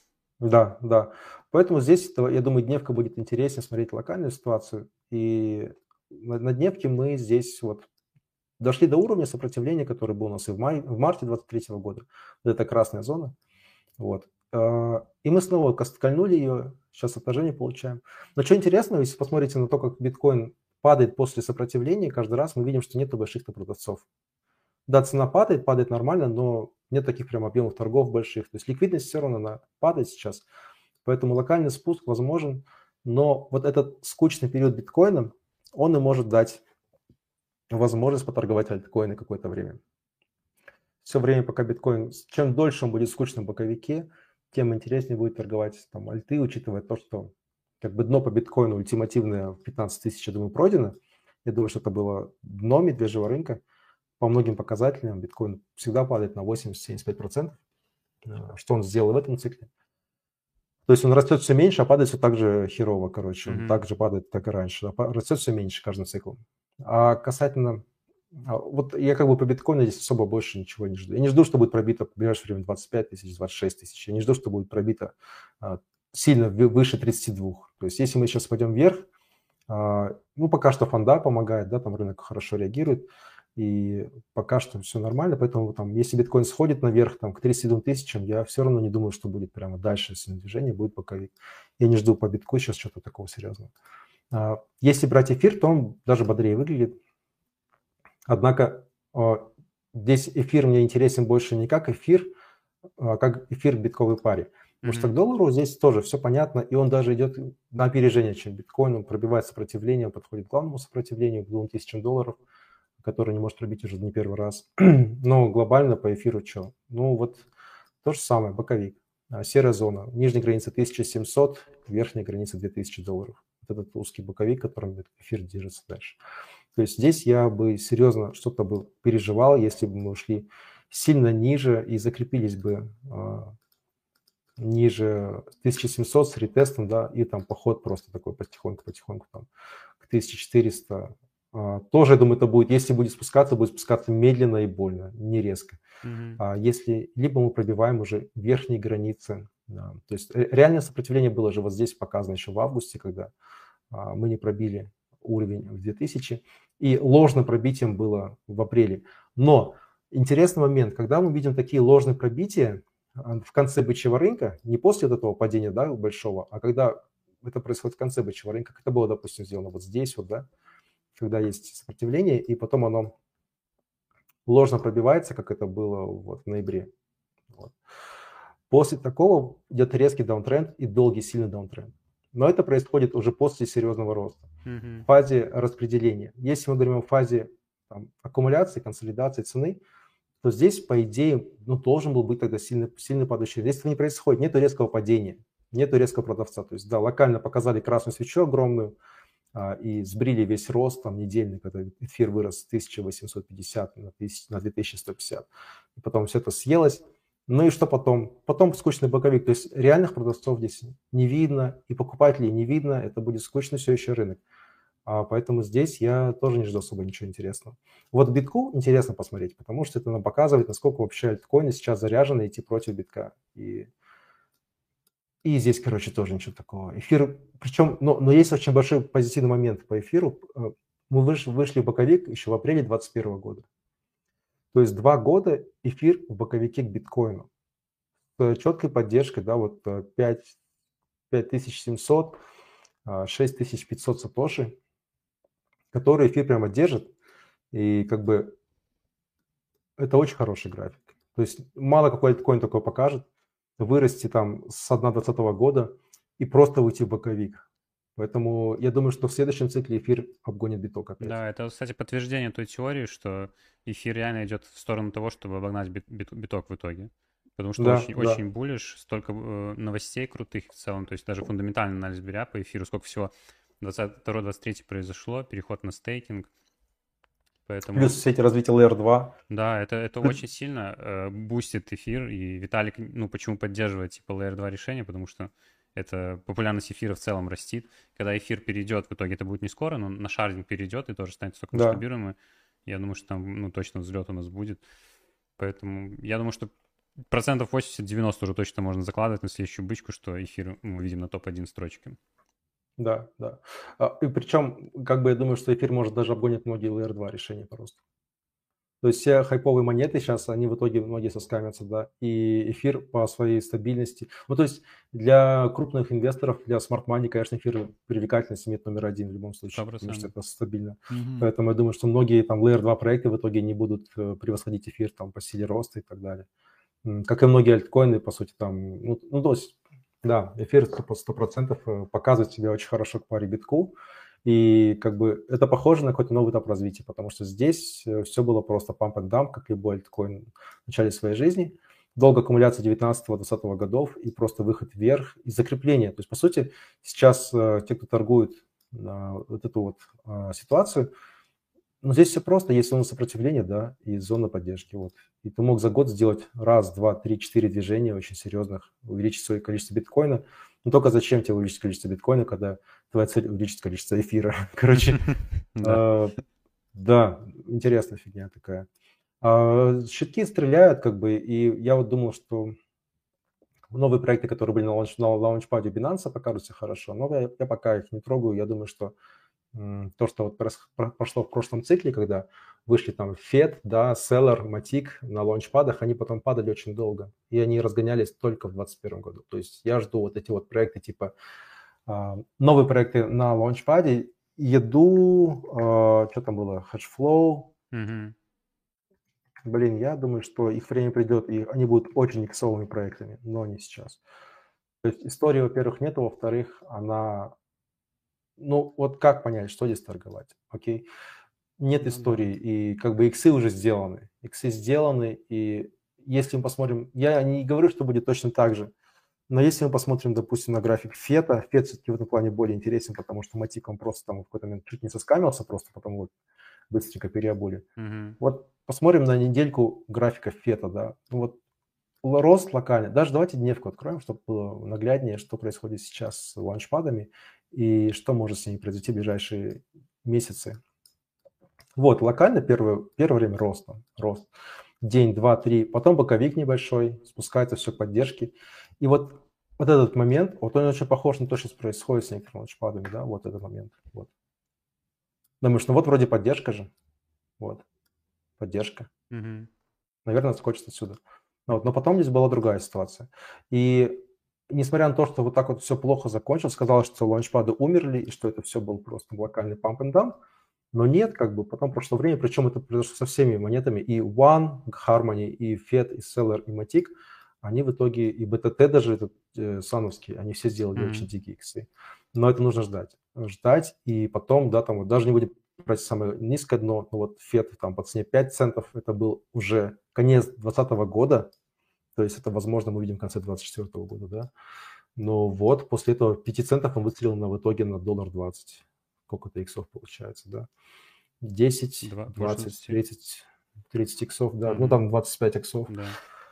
Да. Поэтому здесь, я думаю, дневка будет интереснее смотреть локальную ситуацию. И на дневке мы здесь вот дошли до уровня сопротивления, который был у нас и в марте 2023 года. Вот это красная зона. Вот. И мы снова кольнули ее, сейчас отражение получаем. Но что интересно, если посмотрите на то, как биткоин падает после сопротивления, каждый раз мы видим, что нет больших-то продавцов. Да, цена падает нормально, но нет таких прям объемов торгов больших. То есть ликвидность все равно она падает сейчас. Поэтому локальный спуск возможен, но вот этот скучный период биткоина, он и может дать возможность поторговать альткоины какое-то время. Все время, пока биткоин, чем дольше он будет в скучном боковике, тем интереснее будет торговать там альты, учитывая то, что как бы дно по биткоину ультимативное в 15 тысяч, я думаю, пройдено. Я думаю, что это было дно медвежьего рынка. По многим показателям биткоин всегда падает на 80-75%. Что он сделал в этом цикле? То есть он растет все меньше, а падает все так же херово, короче. Он так же падает, как и раньше. Растет все меньше каждым циклом. А касательно... Вот я как бы по биткоину здесь особо больше ничего не жду. Я не жду, что будет пробито в ближайшее время 25 тысяч, 26 тысяч. Я не жду, что будет пробито сильно выше 32. То есть если мы сейчас пойдем вверх, пока что фонда помогает, да, там рынок хорошо реагирует. И пока что все нормально, поэтому там, если биткоин сходит наверх там, к 32 тысячам, я все равно не думаю, что будет прямо дальше сильное движение, будет боковик. Я не жду по битку сейчас что-то такого серьезного. Если брать эфир, то он даже бодрее выглядит. Однако здесь эфир мне интересен больше не как эфир, а как эфир в битковой паре. Потому что к доллару здесь тоже все понятно, и он даже идет на опережение, чем биткоин. Он пробивает сопротивление, подходит к главному сопротивлению, к $2000, который не может пробить уже не первый раз. Но глобально по эфиру что? Ну вот то же самое, боковик. Серая зона. Нижняя граница 1700, верхняя граница $2000. Вот этот узкий боковик, которым эфир держится дальше. То есть здесь я бы серьезно что-то бы переживал, если бы мы ушли сильно ниже и закрепились бы ниже 1700 с ретестом, да, и там поход просто такой потихоньку там к 1400. Тоже, я думаю, это будет, если будет спускаться медленно и больно, не резко. Если либо мы пробиваем уже верхние границы, да, то есть реальное сопротивление было же вот здесь показано еще в августе, когда мы не пробили уровень в 2000, и ложным пробитием было в апреле. Но интересный момент, когда мы видим такие ложные пробития в конце бычьего рынка, не после этого падения, да, большого, а когда это происходит в конце бычьего рынка, как это было, допустим, сделано вот здесь вот, да, когда есть сопротивление, и потом оно ложно пробивается, как это было вот в ноябре. Вот. После такого идет резкий даунтренд и долгий сильный даунтренд. Но это происходит уже после серьезного роста, в фазе распределения. Если мы говорим о фазе там, аккумуляции, консолидации цены, то здесь, по идее, должен был быть тогда сильный падающий. Здесь этого не происходит, нет резкого падения, нет резкого продавца. То есть, да, локально показали красную свечу огромную и сбрили весь рост там недельный, когда эфир вырос с 1850 на 2150. И потом все это съелось. Ну и что потом? Потом скучный боковик. То есть реальных продавцов здесь не видно, и покупателей не видно. Это будет скучный все еще рынок. Поэтому здесь я тоже не жду особо ничего интересного. Вот битку интересно посмотреть, потому что это нам показывает, насколько вообще альткоины сейчас заряжены идти против битка. И здесь, короче, тоже ничего такого. Эфир, причем, но есть очень большой позитивный момент по эфиру. Мы вышли в боковик еще в апреле 2021 года. То есть 2 года эфир в боковике к биткоину. С четкой поддержкой, да, вот 5700, 6500 сатоши, которые эфир прямо держит. И как бы это очень хороший график. То есть мало какой альткоин такой покажет. Вырасти там с 1.20 года и просто уйти в боковик. Поэтому я думаю, что в следующем цикле эфир обгонит биток опять. Да, это, кстати, подтверждение той теории, что эфир реально идет в сторону того, чтобы обогнать биток в итоге. Потому что очень буллиш, столько новостей крутых в целом, то есть даже фундаментальный анализ беря по эфиру, сколько всего 22-23 произошло, переход на стейкинг. Поэтому... Плюс все эти развития Layer 2. Да, это очень сильно бустит эфир, и Виталик, почему поддерживает типа Layer 2 решение, потому что это популярность эфира в целом растит. Когда эфир перейдет, в итоге это будет не скоро, но на шардинг перейдет и тоже станет высокомасштабируемым. Я думаю, что там точно взлет у нас будет. Поэтому я думаю, что 80-90% уже точно можно закладывать на следующую бычку, что эфир мы видим на топ-1 строчке. Да. И причем, как бы я думаю, что эфир может даже обгонить многие Layer 2 решения по росту. То есть все хайповые монеты сейчас, они в итоге многие соскамятся, да, и эфир по своей стабильности. То есть для крупных инвесторов, для Smart Money, конечно, эфир привлекательность имеет номер 1 в любом случае, 100%. потому что это стабильно. Поэтому я думаю, что многие там Layer 2 проекты в итоге не будут превосходить эфир там по силе роста и так далее. Как и многие альткоины, по сути, там, то есть, да, эфир 100% показывает себя очень хорошо к паре битку. И как бы это похоже на какой-то новый этап развития, потому что здесь все было просто pump and dump, как любой альткоин в начале своей жизни. Долгая аккумуляция 19-20 годов и просто выход вверх и закрепление. То есть, по сути, сейчас те, кто торгует вот эту вот ситуацию, здесь все просто. Есть зона сопротивления, да, и зона поддержки. Вот. И ты мог за год сделать 1, 2, 3, 4 движения очень серьезных, увеличить свое количество биткоина. Но только зачем тебе увеличить количество биткоина, когда твоя цель увеличить количество эфира? Короче, да, интересная фигня такая. Щитки стреляют, как бы, и я вот думал, что новые проекты, которые были на лаунчпаде Binance, покажутся хорошо, но я пока их не трогаю. Я думаю, что то, что вот прошло в прошлом цикле, когда вышли там FED, да, Seller, Matic на лаунчпадах, они потом падали очень долго, и они разгонялись только в 2021 году. То есть я жду вот эти вот проекты типа новые проекты на лаунчпаде, Еду, что там было, Hedgeflow. Блин, я думаю, что их время придет, и они будут очень иксовыми проектами, но не сейчас. То есть истории, во-первых, нет, во-вторых, она... Ну, вот как понять, что здесь торговать, окей? Нет истории, и как бы иксы уже сделаны. Иксы сделаны, и если мы посмотрим... Я не говорю, что будет точно так же, но если мы посмотрим, допустим, на график Фета, Фет все-таки в этом плане более интересен, потому что Матик, он просто там в какой-то момент чуть не соскамился, просто потому вот быстренько переобули. Вот посмотрим на недельку графика Фета, да, ну вот рост локальный, даже давайте дневку откроем, чтобы было нагляднее, что происходит сейчас с лаунчпадами и что может с ними произойти в ближайшие месяцы. Вот, локально первое время рост. День, два, три, потом боковик небольшой, спускается все к поддержке. И вот этот момент, вот он очень похож на то, что происходит с некоторыми лаунчпадами, да, вот этот момент. Вот. Думаешь, ну вот вроде поддержка же. Вот, поддержка. Наверное, скочит отсюда. Вот. Но потом здесь была другая ситуация. И несмотря на то, что вот так вот все плохо закончилось, сказалось, что лаунчпады умерли, и что это все был просто локальный pump and dump, но нет, как бы потом прошло время, причем это произошло со всеми монетами, и One, Harmony, и Fed, и Seller, и Matic, они в итоге, и BTT даже, этот сановский, они все сделали очень дикие иксы. Но это нужно ждать. Ждать, и потом, да, там вот даже не будем брать самое низкое дно, но вот Fed там по цене 5 центов, это был уже конец 2020 года, то есть это, возможно, мы видим в конце 2024 года, да. Но вот после этого 5 центов он выстрелил в итоге на $1.20. Сколько-то иксов получается, да. 10, 20, 30 иксов, да. Ну, там 25 иксов. Да.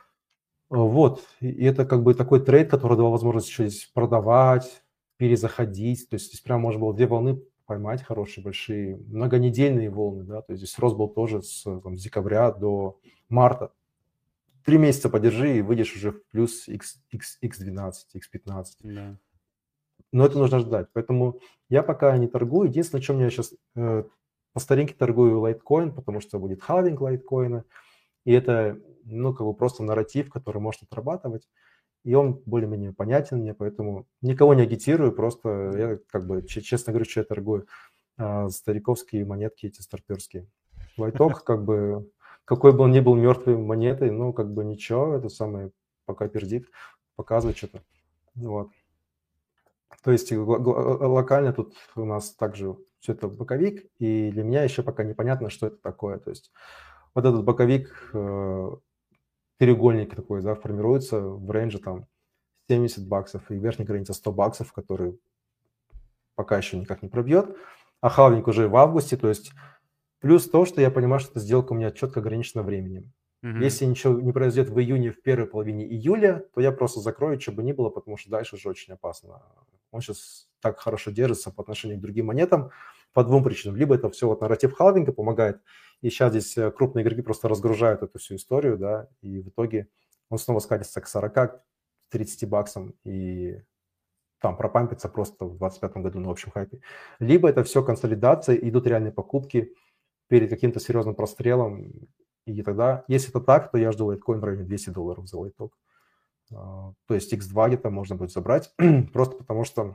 Вот. И это как бы такой трейд, который давал возможность еще здесь продавать, перезаходить. То есть здесь прям можно было 2 волны поймать хорошие, большие, многонедельные волны, да. То есть здесь рост был тоже с декабря до марта. 3 месяца подержи и выйдешь уже в плюс x12, x15. Да. Но это нужно ждать. Поэтому я пока не торгую. Единственное, что я сейчас по старинке торгую лайткоин, потому что будет халвинг лайткоина. И это, ну, как бы просто нарратив, который может отрабатывать. И он более-менее понятен мне, поэтому никого не агитирую, просто я как бы честно говорю, что я торгую. Стариковские монетки эти старперские. Лайток как бы... Какой бы он ни был мертвой монетой, ну, как бы ничего, это самое, пока пердит, показывает что-то. Вот. То есть локально тут у нас также все это боковик, и для меня еще пока непонятно, что это такое. То есть вот этот боковик, треугольник такой, да, формируется в рейнже там $70 и верхняя граница $100, который пока еще никак не пробьет, а халвинг уже в августе, то есть плюс то, что я понимаю, что эта сделка у меня четко ограничена временем. Если ничего не произойдет в июне, в первой половине июля, то я просто закрою, что бы ни было, потому что дальше уже очень опасно. Он сейчас так хорошо держится по отношению к другим монетам по 2 причинам. Либо это все вот нарратив халвинга помогает, и сейчас здесь крупные игроки просто разгружают эту всю историю, да, и в итоге он снова скатится к 40-30 баксам, и там пропампится просто в 2025 году на общем хайпе. Либо это все консолидация, идут реальные покупки перед каким-то серьезным прострелом, и тогда, если это так, то я жду лайткоин в районе $200 за лайток. То есть X2 где-то можно будет забрать, просто потому что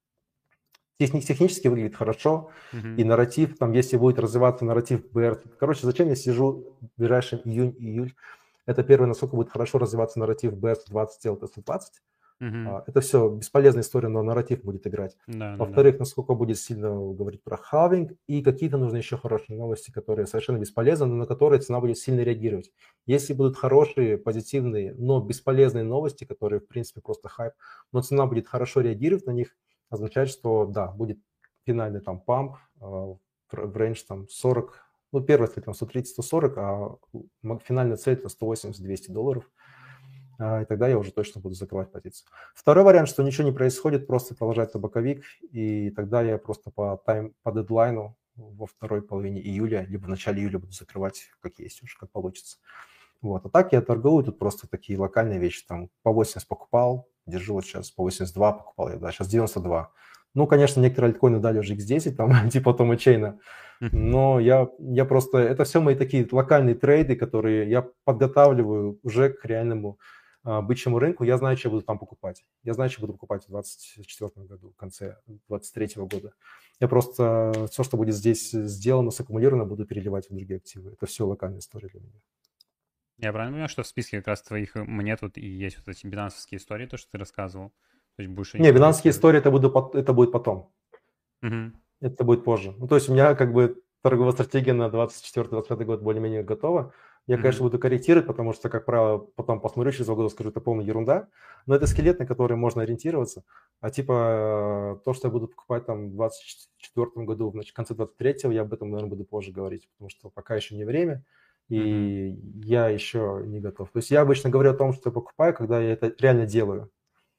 технически выглядит хорошо, и нарратив, там, если будет развиваться нарратив BR, короче, зачем я сижу в ближайшем июнь-июль, это первое, насколько будет хорошо развиваться нарратив BR120, LT120, это все бесполезная история, но нарратив будет играть. Во-вторых, насколько будет сильно говорить про халвинг, и какие-то нужны еще хорошие новости, которые совершенно бесполезны, но на которые цена будет сильно реагировать. Если будут хорошие, позитивные, но бесполезные новости, которые, в принципе, просто хайп, но цена будет хорошо реагировать на них, означает, что, да, будет финальный там памп в рейндж там 40, ну, первая цель там 130-140, а финальная цель это $180-200. И тогда я уже точно буду закрывать позицию. Второй вариант, что ничего не происходит, просто продолжается боковик, и тогда я просто по дедлайну во второй половине июля, либо в начале июля буду закрывать, как есть уж, как получится. Вот. А так я торгую, тут просто такие локальные вещи, там по 80 покупал, держу вот сейчас, по 82 покупал я, да, сейчас 92. Ну, конечно, некоторые альткоины дали уже X10, там, типа Тома Чейна. Но я просто... Это все мои такие локальные трейды, которые я подготавливаю уже к реальному бычьему рынку. Я знаю, что я буду там покупать. Я знаю, что буду покупать в 2024 году, в конце 2023 года. Я просто все, что будет здесь сделано, саккумулировано, буду переливать в другие активы. Это все локальная история для меня. Я правильно понимаю, что в списке как раз твоих монет вот и есть вот эти бинансовские истории, то, что ты рассказывал? То есть будешь Не, их бинансовские инвестировать? истории это будет потом. Мгм. Это будет позже. Ну, то есть у меня как бы торговая стратегия на 24-25 год более-менее готова. Я, конечно, Мгм. буду корректировать, потому что, как правило, потом посмотрю через 2 года, скажу, это полная ерунда. Но это скелет, на который можно ориентироваться. А типа то, что я буду покупать там в 2024 году, в конце 23-го, я об этом, наверное, буду позже говорить, потому что пока еще не время, Мгм. и я еще не готов. То есть я обычно говорю о том, что я покупаю, когда я это реально делаю.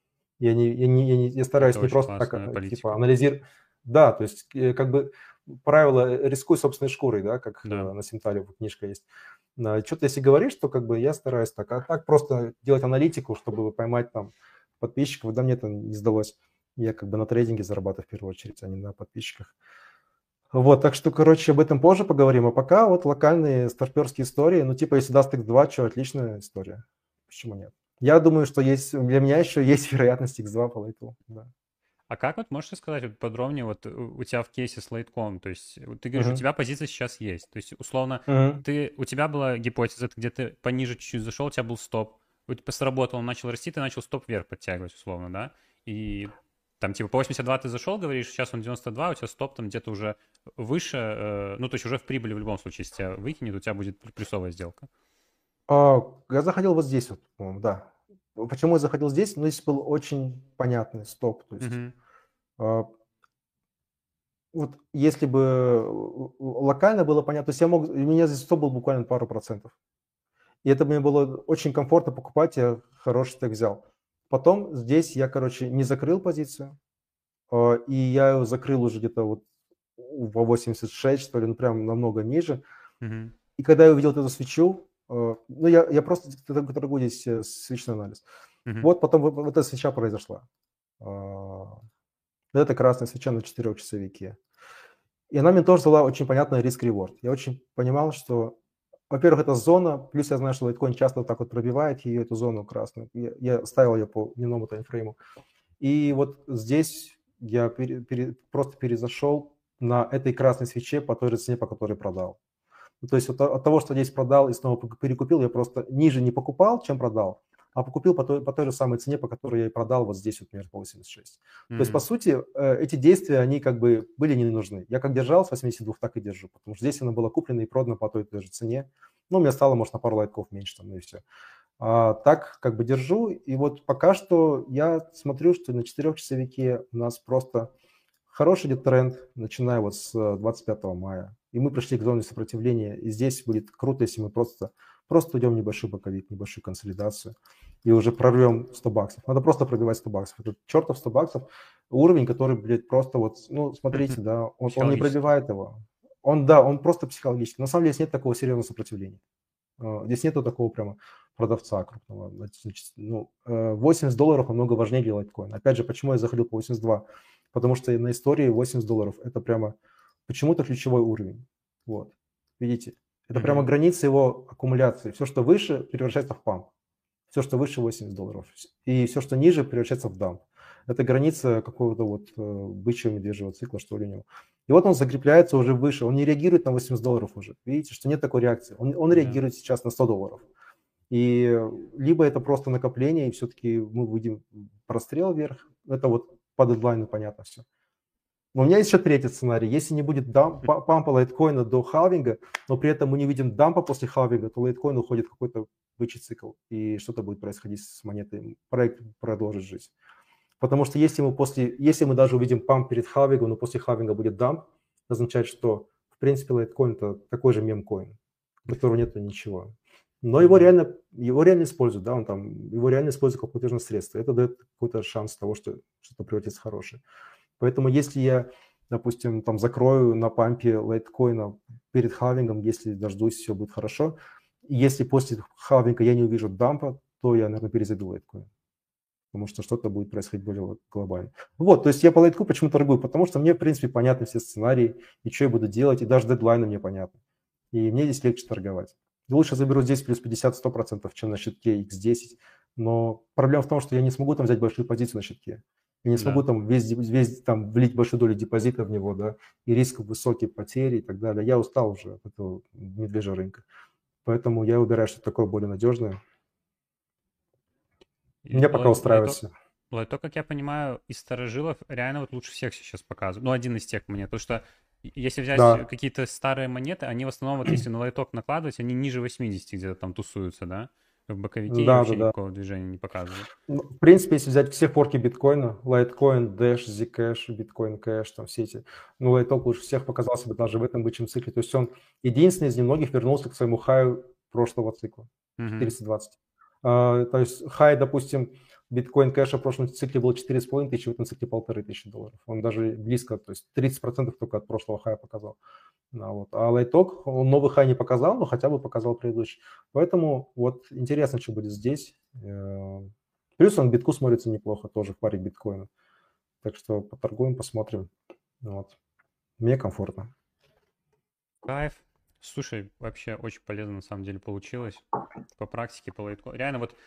Я стараюсь Это не очень просто так, классная типа, политика. анализировать. Да, то есть, как бы правило «рискуй собственной шкурой», да, как Да. на Симтале вот книжка есть. Что-то если говоришь, то как бы я стараюсь так. А так просто делать аналитику, чтобы поймать там подписчиков, да, мне это не сдалось. Я как бы на трейдинге зарабатываю в первую очередь, а не на подписчиках. Вот, так что, короче, об этом позже поговорим. А пока вот локальные старперские истории. Ну, типа, если даст X2, что, отличная история. Почему нет? Я думаю, что есть, для меня еще есть вероятность X2 по лейту, да. А как вот можешь сказать вот подробнее вот у тебя в кейсе с Litecoin? То есть вот ты говоришь, у Мгм. тебя позиция сейчас есть. То есть условно Мгм. у тебя была гипотеза, ты где-то пониже чуть-чуть зашел, у тебя был стоп. У тебя сработал, он начал расти, ты начал стоп вверх подтягивать условно, да? И там типа по 82 ты зашел, говоришь, сейчас он 92, у тебя стоп там где-то уже выше, ну то есть уже в прибыли в любом случае, если тебя выкинет, у тебя будет плюсовая сделка. Я заходил вот здесь вот, по-моему, да. Почему я заходил здесь? Ну, здесь был очень понятный стоп. То есть Мгм. а, вот если бы локально было понятно, то есть у меня здесь стоп был буквально пару процентов. И это мне было очень комфортно покупать, я хороший так взял. Потом здесь я, короче, не закрыл позицию, и я ее закрыл уже где-то вот во 86, что ли, ну, прям намного ниже. Мгм. И когда я увидел вот эту свечу, ну, я просто торгую здесь свечной анализ. Мгм. Вот потом вот эта свеча произошла. Это красная свеча на 4-часовике. И она мне тоже дала очень понятный риск-реворд. Я очень понимал, что, во-первых, это зона, плюс я знаю, что лайткоин часто вот так вот пробивает ее, эту зону красную. Я ставил ее по дневному таймфрейму. И вот здесь я просто перезашел на этой красной свече по той же цене, по которой продал. Ну, то есть от того, что здесь продал и снова перекупил, я просто ниже не покупал, чем продал, а покупил по той же самой цене, по которой я и продал вот здесь вот, например, по 86. То есть, по Мгм. сути, эти действия, они как бы были не нужны. Я как держал с 82, так и держу, потому что здесь оно было куплено и продано по той же цене. Ну, у меня стало, может, на пару лайтков меньше там, ну и все. Так как бы держу, и вот пока что я смотрю, что на 4-часовике у нас просто хороший идет тренд, начиная вот с 25 мая. И мы пришли к зоне сопротивления. И здесь будет круто, если мы просто уйдем в небольшой боковик, небольшую консолидацию. И уже прорвем 100 баксов. Надо просто пробивать 100 баксов. Это чертов 100 баксов. Уровень, который, блядь, просто вот, ну, смотрите, да, он не Психологически. пробивает его. Он просто психологически. На самом деле здесь нет такого серьезного сопротивления. Здесь нету такого прямо продавца крупного. Значит, ну, $80 намного важнее для лайткоина. Опять же, почему я заходил по 82? Потому что на истории $80 это прямо почему-то ключевой уровень. Вот. Видите? Это прямо Мгм. граница его аккумуляции. Все, что выше, превращается в памп. Все, что выше $80. И все, что ниже, превращается в дамп. Это граница какого-то вот бычьего медвежьего цикла, что ли, у него. И вот он закрепляется уже выше, он не реагирует на $80 уже. Видите, что нет такой реакции. Он Да. реагирует сейчас на $100. И либо это просто накопление, и все-таки мы выйдем прострел вверх. Это вот по дедлайну понятно все. Но у меня есть еще третий сценарий. Если не будет пампа лайткоина до халвинга, но при этом мы не видим дампа после халвинга, то лайткоин уходит в какой-то бычий цикл, и что-то будет происходить с монетой. Проект продолжит жизнь. Потому что если мы даже увидим памп перед халвингом, но после халвинга будет дамп, означает, что в принципе лайткоин это такой же мемкоин, у которого нету ничего. Но Мгм. его реально используют, да, его реально используют как платежное средство. Это дает какой-то шанс того, что что-то превратится в хорошее. Поэтому если я, допустим, там закрою на пампе лайткоина перед халвингом, если дождусь, все будет хорошо. И если после халвинга я не увижу дампа, то я, наверное, перезайду лайткоин. потому что что-то будет происходить более глобально. Вот, то есть я по лайтку почему торгую, потому что мне, в принципе, понятны все сценарии, и что я буду делать, и даже дедлайны мне понятны. И мне здесь легче торговать. Лучше заберу здесь плюс 50-100%, чем на щитке X10, но проблема в том, что я не смогу там взять большую позицию на щитке. Я не смогу там весь там влить большую долю депозита в него, да, и риск высокие потери и так далее. Я устал уже от этого медвежьего рынка. Поэтому я выбираю что-то такое более надежное. Меня пока устраивает все. Лайток, как я понимаю, из старожилов реально вот лучше всех сейчас показывают. Ну, один из тех монет. Потому что если взять какие-то старые монеты, они в основном, вот если на лайток накладывать, они ниже 80 где-то там тусуются, да? В боковике и вообще никакого движения не показывают. Ну, в принципе, если взять все форки биткоина, Litecoin, Dash, Zcash, Bitcoin Cash, там все эти, ну, Лайток лучше всех показал себя даже в этом бычьем цикле. То есть он единственный из немногих вернулся к своему хаю прошлого цикла, 420. То есть хай, допустим, биткоин кэша в прошлом цикле был 4,5 тысячи, в этом цикле $1500. Он даже близко, то есть 30% только от прошлого хая показал. Вот. А Лайток, он новый хай не показал, но хотя бы показал предыдущий. Поэтому вот интересно, что будет здесь. Плюс он в битку смотрится неплохо тоже в паре биткоина. Так что поторгуем, посмотрим. Вот. Мне комфортно. Кайф. Слушай, вообще очень полезно на самом деле получилось по практике, по лайткоину. Реально вот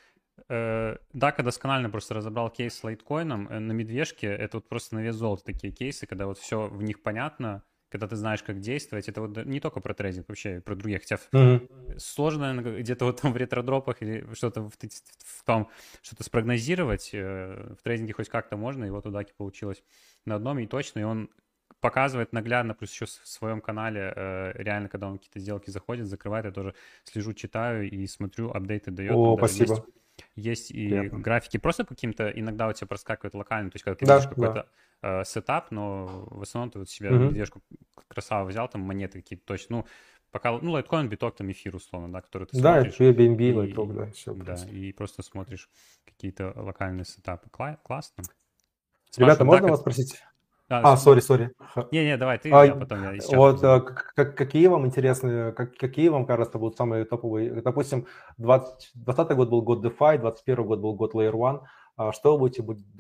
Дака досконально просто разобрал кейс с лайткоином. На медвежке это вот просто на вес золота такие кейсы, когда вот все в них понятно, когда ты знаешь, как действовать. Это вот не только про трейдинг, вообще про других. Хотя сложно, наверное, где-то вот там в ретродропах или что-то в том, что-то спрогнозировать. В трейдинге хоть как-то можно, и вот у Даки получилось на одном и точно, и он показывает наглядно, плюс еще в своем канале, реально, когда он какие-то сделки заходит, закрывает, я тоже слежу, читаю и смотрю, апдейты дает. О, спасибо. Есть и приятно. Графики просто по каким-то, иногда у тебя проскакивают локально, то есть когда ты видишь какой-то сетап, но в основном ты вот себе медвежку красаво взял, там монеты какие-то точно, ну, пока, ну, лайткоин, биток, там эфир, условно, да, который ты смотришь. Да, BNB, лайток, да, все. Да, и просто смотришь какие-то локальные сетапы. Классно. Ребята, можно вас спросить? Сори. Не, давай, ты, я потом я сейчас. Вот какие вам интересны, какие вам кажется будут самые топовые? Допустим, 2020 год был год DeFi, 2021 год был год Layer One. Что вы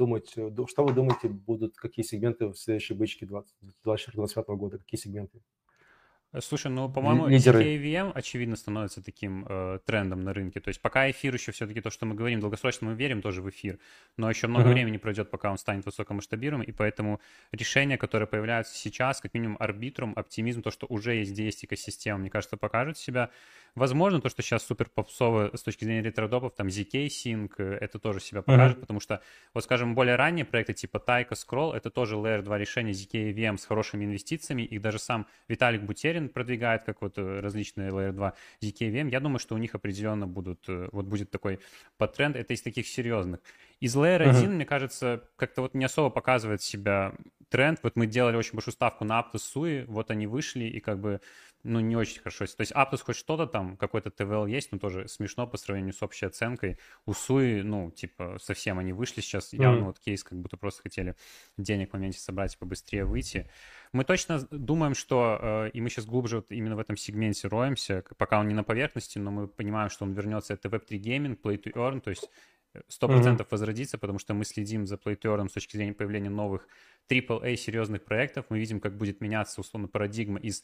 думаете, будут какие сегменты в следующей бычке 2024-2025 года? Какие сегменты? Слушай, ну, по-моему, ZKVM, очевидно, становится таким трендом на рынке. То есть пока эфир еще все-таки то, что мы говорим, долгосрочно мы верим тоже в эфир, но еще много времени пройдет, пока он станет высокомасштабируемым, и поэтому решения, которые появляются сейчас, как минимум Arbitrum, оптимизм, то, что уже есть экосистема, мне кажется, покажут себя. Возможно, то, что сейчас супер попсово с точки зрения ретродропов, там ZK Sync, это тоже себя покажет, потому что, вот скажем, более ранние проекты типа Taika Scroll, это тоже Layer 2 решения ZKVM с хорошими инвестициями, их даже сам Виталик Бутерин продвигает, как вот различные Layer 2 ZKVM. Я думаю, что у них определенно будет такой подтренд. Это из таких серьезных. Из Layer 1, мне кажется, как-то вот не особо показывает себя тренд. Вот мы делали очень большую ставку на Aptos SUI, вот они вышли и как бы, ну, не очень хорошо. То есть Aptos хоть что-то там, какой-то TVL есть, но тоже смешно по сравнению с общей оценкой. У SUI, ну, типа, совсем они вышли сейчас. Явно вот кейс, как будто просто хотели денег в моменте собрать и побыстрее выйти. Мы точно думаем, что, и мы сейчас глубже вот именно в этом сегменте роемся, пока он не на поверхности, но мы понимаем, что он вернется. Это Web3 Gaming, Play to Earn, то есть 100% возродится, потому что мы следим за Play to Earn с точки зрения появления новых AAA серьезных проектов. Мы видим, как будет меняться, условно, парадигма из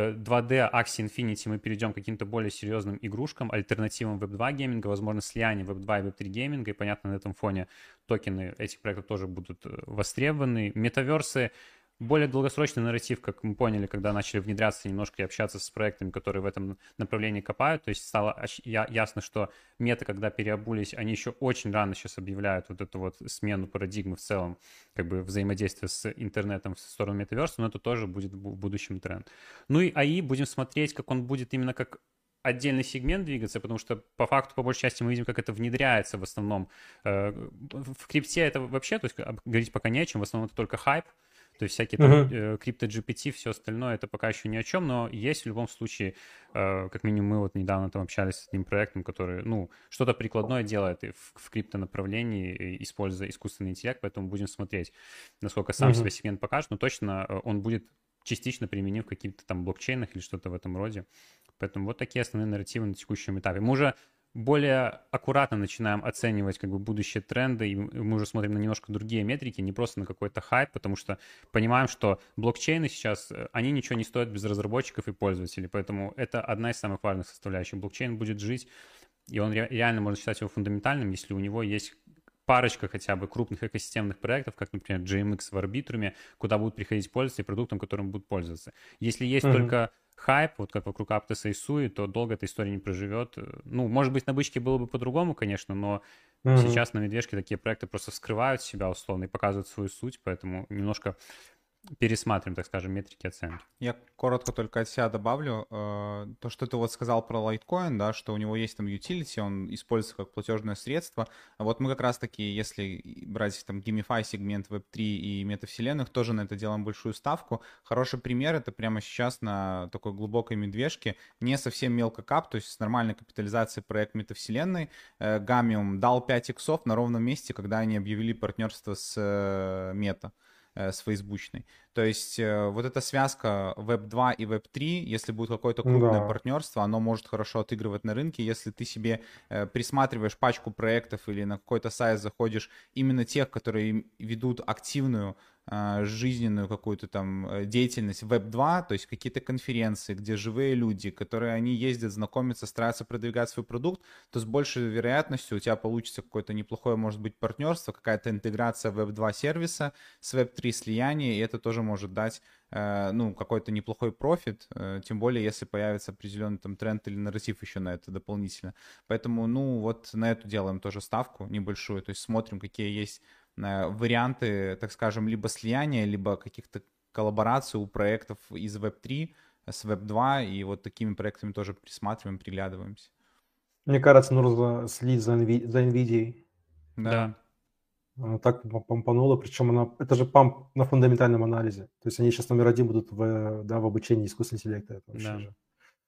2D Axie Infinity. Мы перейдем к каким-то более серьезным игрушкам, альтернативам Web2 гейминга, возможно, слияние Web2 и Web3 гейминга. И, понятно, на этом фоне токены этих проектов тоже будут востребованы. Метаверсы, более долгосрочный нарратив, как мы поняли, когда начали внедряться немножко и общаться с проектами, которые в этом направлении копают. То есть стало ясно, что мета, когда переобулись, они еще очень рано сейчас объявляют вот эту вот смену парадигмы в целом, как бы взаимодействие с интернетом в сторону метаверса, но это тоже будет в будущем тренд. Ну и AI будем смотреть, как он будет именно как отдельный сегмент двигаться, потому что по факту, по большей части, мы видим, как это внедряется в основном. В крипте это вообще, то есть говорить пока не о чем, в основном это только хайп. То есть всякие там крипто-GPT, все остальное, это пока еще ни о чем, но есть в любом случае, как минимум мы вот недавно там общались с одним проектом, который, ну, что-то прикладное делает в крипто-направлении, используя искусственный интеллект, поэтому будем смотреть, насколько сам себя сегмент покажет, но точно он будет частично применим в каких-то там блокчейнах или что-то в этом роде. Поэтому вот такие основные нарративы на текущем этапе. Мы уже более аккуратно начинаем оценивать как бы будущие тренды, и мы уже смотрим на немножко другие метрики, не просто на какой-то хайп, потому что понимаем, что блокчейны сейчас, они ничего не стоят без разработчиков и пользователей, поэтому это одна из самых важных составляющих. Блокчейн будет жить, и он реально можно считать его фундаментальным, если у него есть парочка хотя бы крупных экосистемных проектов, как, например, GMX в Арбитруме, куда будут приходить пользователи продуктом, которым будут пользоваться. Если есть только хайп, вот как вокруг Aptos и Суи, то долго эта история не проживет. Ну, может быть, на бычке было бы по-другому, конечно, но сейчас на медвежке такие проекты просто вскрывают себя условно и показывают свою суть, поэтому немножко пересматриваем, так скажем, метрики оценки. Я коротко только от себя добавлю. То, что ты вот сказал про Litecoin, да, что у него есть там utility, он используется как платежное средство. А вот мы как раз-таки, если брать там GameFi сегмент Web3 и метавселенных, тоже на это делаем большую ставку. Хороший пример — это прямо сейчас на такой глубокой медвежке, не совсем мелкокап, то есть с нормальной капитализацией проект метавселенной. Gamium дал 5 иксов на ровном месте, когда они объявили партнерство с Meta, с фейсбучной. То есть вот эта связка Web2 и Web3, если будет какое-то крупное партнерство, оно может хорошо отыгрывать на рынке. Если ты себе присматриваешь пачку проектов или на какой-то сайт заходишь, именно тех, которые ведут активную жизненную какую-то там деятельность Web2, то есть какие-то конференции, где живые люди, которые они ездят, знакомятся, стараются продвигать свой продукт, то с большей вероятностью у тебя получится какое-то неплохое, может быть, партнерство, какая-то интеграция Web2 сервиса с Web3 слияние, и это тоже может дать ну, какой-то неплохой профит, тем более, если появится определенный там тренд или нарратив еще на это дополнительно. Поэтому, ну, вот на эту делаем тоже ставку небольшую, то есть смотрим, какие есть варианты, так скажем, либо слияния, либо каких-то коллабораций у проектов из Web3 с Web2, и вот такими проектами тоже присматриваем, приглядываемся. Мне кажется, нужно следить за NVIDIA. Да. Она так помпанула, причем это же памп на фундаментальном анализе. То есть они сейчас номер один будут в обучении искусственного интеллекта. Это вообще же.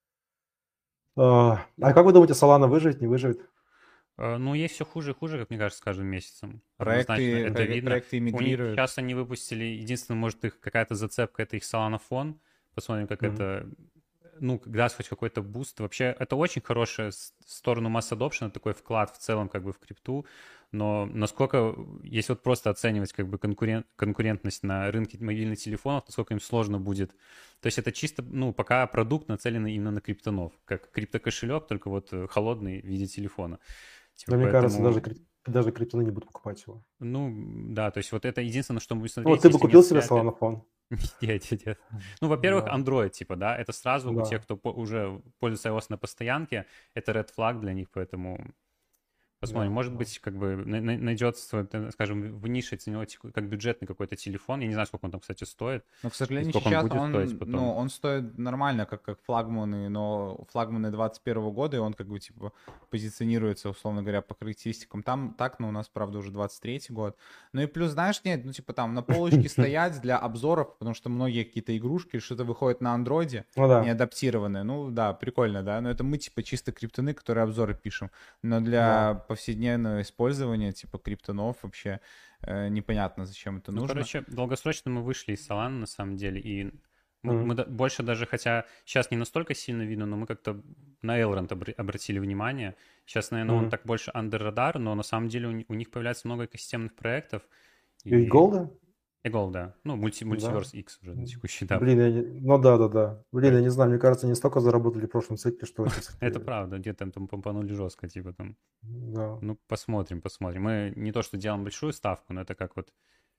А как вы думаете, Solana выживет, не выживет? Ну, есть все хуже и хуже, как мне кажется, с каждым месяцем. Проекты У них сейчас они выпустили, единственное, может, их какая-то зацепка, это их Solana Phone. Посмотрим, как это, ну, даст хоть какой-то буст. Вообще, это очень хорошая сторону масс adoption, такой вклад в целом как бы в крипту. Но насколько, если вот просто оценивать как бы конкурентность на рынке мобильных телефонов, насколько им сложно будет. То есть это чисто, ну, пока продукт нацеленный именно на криптонов, как криптокошелек, только вот холодный в виде телефона. Типа, мне кажется, даже криптоны не будут покупать его. Ну, да, то есть вот это единственное, что мы будем смотреть. Вот ты бы купил себе Solana Phone? Нет. Ну, во-первых, Android, типа, да, это сразу у тех, кто уже пользуется iOS на постоянке, это red flag для них, поэтому посмотрим. Может быть, как бы найдется, скажем, в нише ценовой, как бюджетный какой-то телефон. Я не знаю, сколько он там, кстати, стоит. Но, к сожалению, сейчас он стоит нормально, как флагманы, но флагманы 21 года, и он как бы, типа, позиционируется, условно говоря, по характеристикам. Там так, но у нас, правда, уже 23 год. Ну и плюс, знаешь, нет, ну, типа, там на полочке стоять для обзоров, потому что многие какие-то игрушки, что-то выходит на андроиде, не адаптированные. Ну, да, прикольно, да, но это мы, типа, чисто криптоны, которые обзоры пишем. Но для повседневного использования, типа криптонов, вообще непонятно, зачем это нужно. Короче, долгосрочно мы вышли из Solana, на самом деле, и мы больше даже, хотя сейчас не настолько сильно видно, но мы как-то на Elrond обратили внимание. Сейчас, наверное, он так больше under radar, но на самом деле у них появляется много экосистемных проектов. И Голда? Gold, да. Ну, Multiverse X уже на текущий этап. Блин, да. Блин, я не знаю, мне кажется, они столько заработали в прошлом цикле, что... Это правда, где-то там помпанули жестко, типа там. Да. Ну, посмотрим. Мы не то, что делаем большую ставку, но это как вот...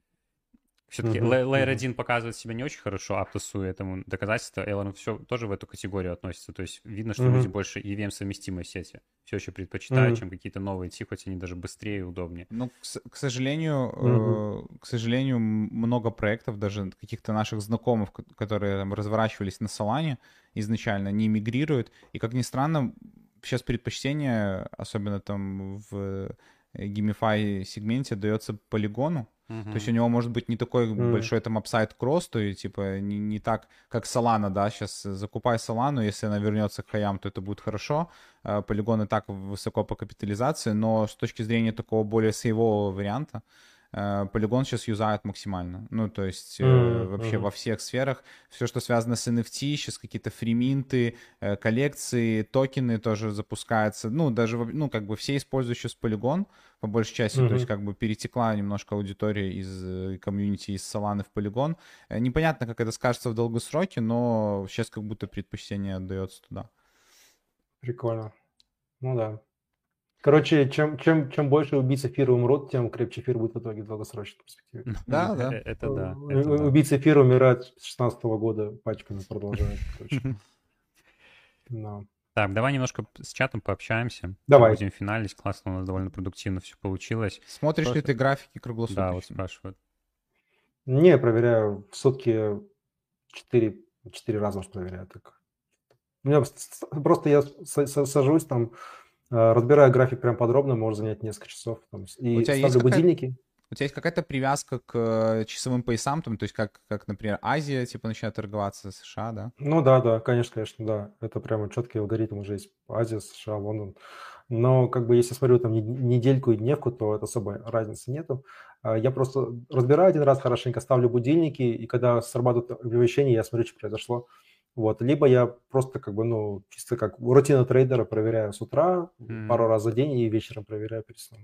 Все-таки Layer 1 показывает себя не очень хорошо, Aptos этому доказательство, Elrond все тоже в эту категорию относится. То есть видно, что люди больше EVM-совместимой сети все еще предпочитают, чем какие-то новые идти, хоть они даже быстрее и удобнее. Ну, к сожалению, много проектов, даже каких-то наших знакомых, которые там разворачивались на Solana изначально, не мигрируют. И, как ни странно, сейчас предпочтение, особенно там в GameFi сегменте, дается полигону. То есть у него может быть не такой большой там upside cross, то есть типа не так, как Solana, да, сейчас закупай Solana, если она вернется к хаям, то это будет хорошо. Полигон и так высоко по капитализации, но с точки зрения такого более сейвового варианта, Polygon сейчас юзают максимально. Ну, то есть вообще во всех сферах. Все, что связано с NFT, сейчас какие-то фриминты, коллекции, токены тоже запускаются. Ну, даже, ну, как бы все используют сейчас Polygon по большей части. То есть как бы перетекла немножко аудитория из комьюнити, из Solana в Polygon. Непонятно, как это скажется в долгосроке, но сейчас как будто предпочтение отдается туда. Прикольно. Ну да. Короче, чем больше убийц эфира умрут, тем крепче эфир будет в итоге в долгосрочной перспективе. Да, да. Это да. Убийцы эфира умирают с 2016 года, пачками продолжают. Так, давай немножко с чатом пообщаемся. Давай. Будем финалить. Классно, у нас довольно продуктивно все получилось. Смотришь ли ты графики круглосуточно? Да, вот спрашивают. Не, проверяю в сутки 4 раза уж проверяю. Так. У меня просто я сажусь там, разбираю график прям подробно, может занять несколько часов. Там, и ставлю будильники. У тебя есть какая-то привязка к часовым поясам, там, то есть как, например, Азия, типа, начинает торговаться, США, да? Ну да, конечно, да. Это прямо четкий алгоритм уже есть. Азия, США, Лондон. Но как бы если смотрю там недельку и дневку, то это особой разницы нету. Я просто разбираю один раз хорошенько, ставлю будильники, и когда срабатывают оповещения, я смотрю, что произошло. Вот. Либо я просто как бы, ну, чисто как рутина трейдера проверяю с утра, пару раз за день, и вечером проверяю перед сном.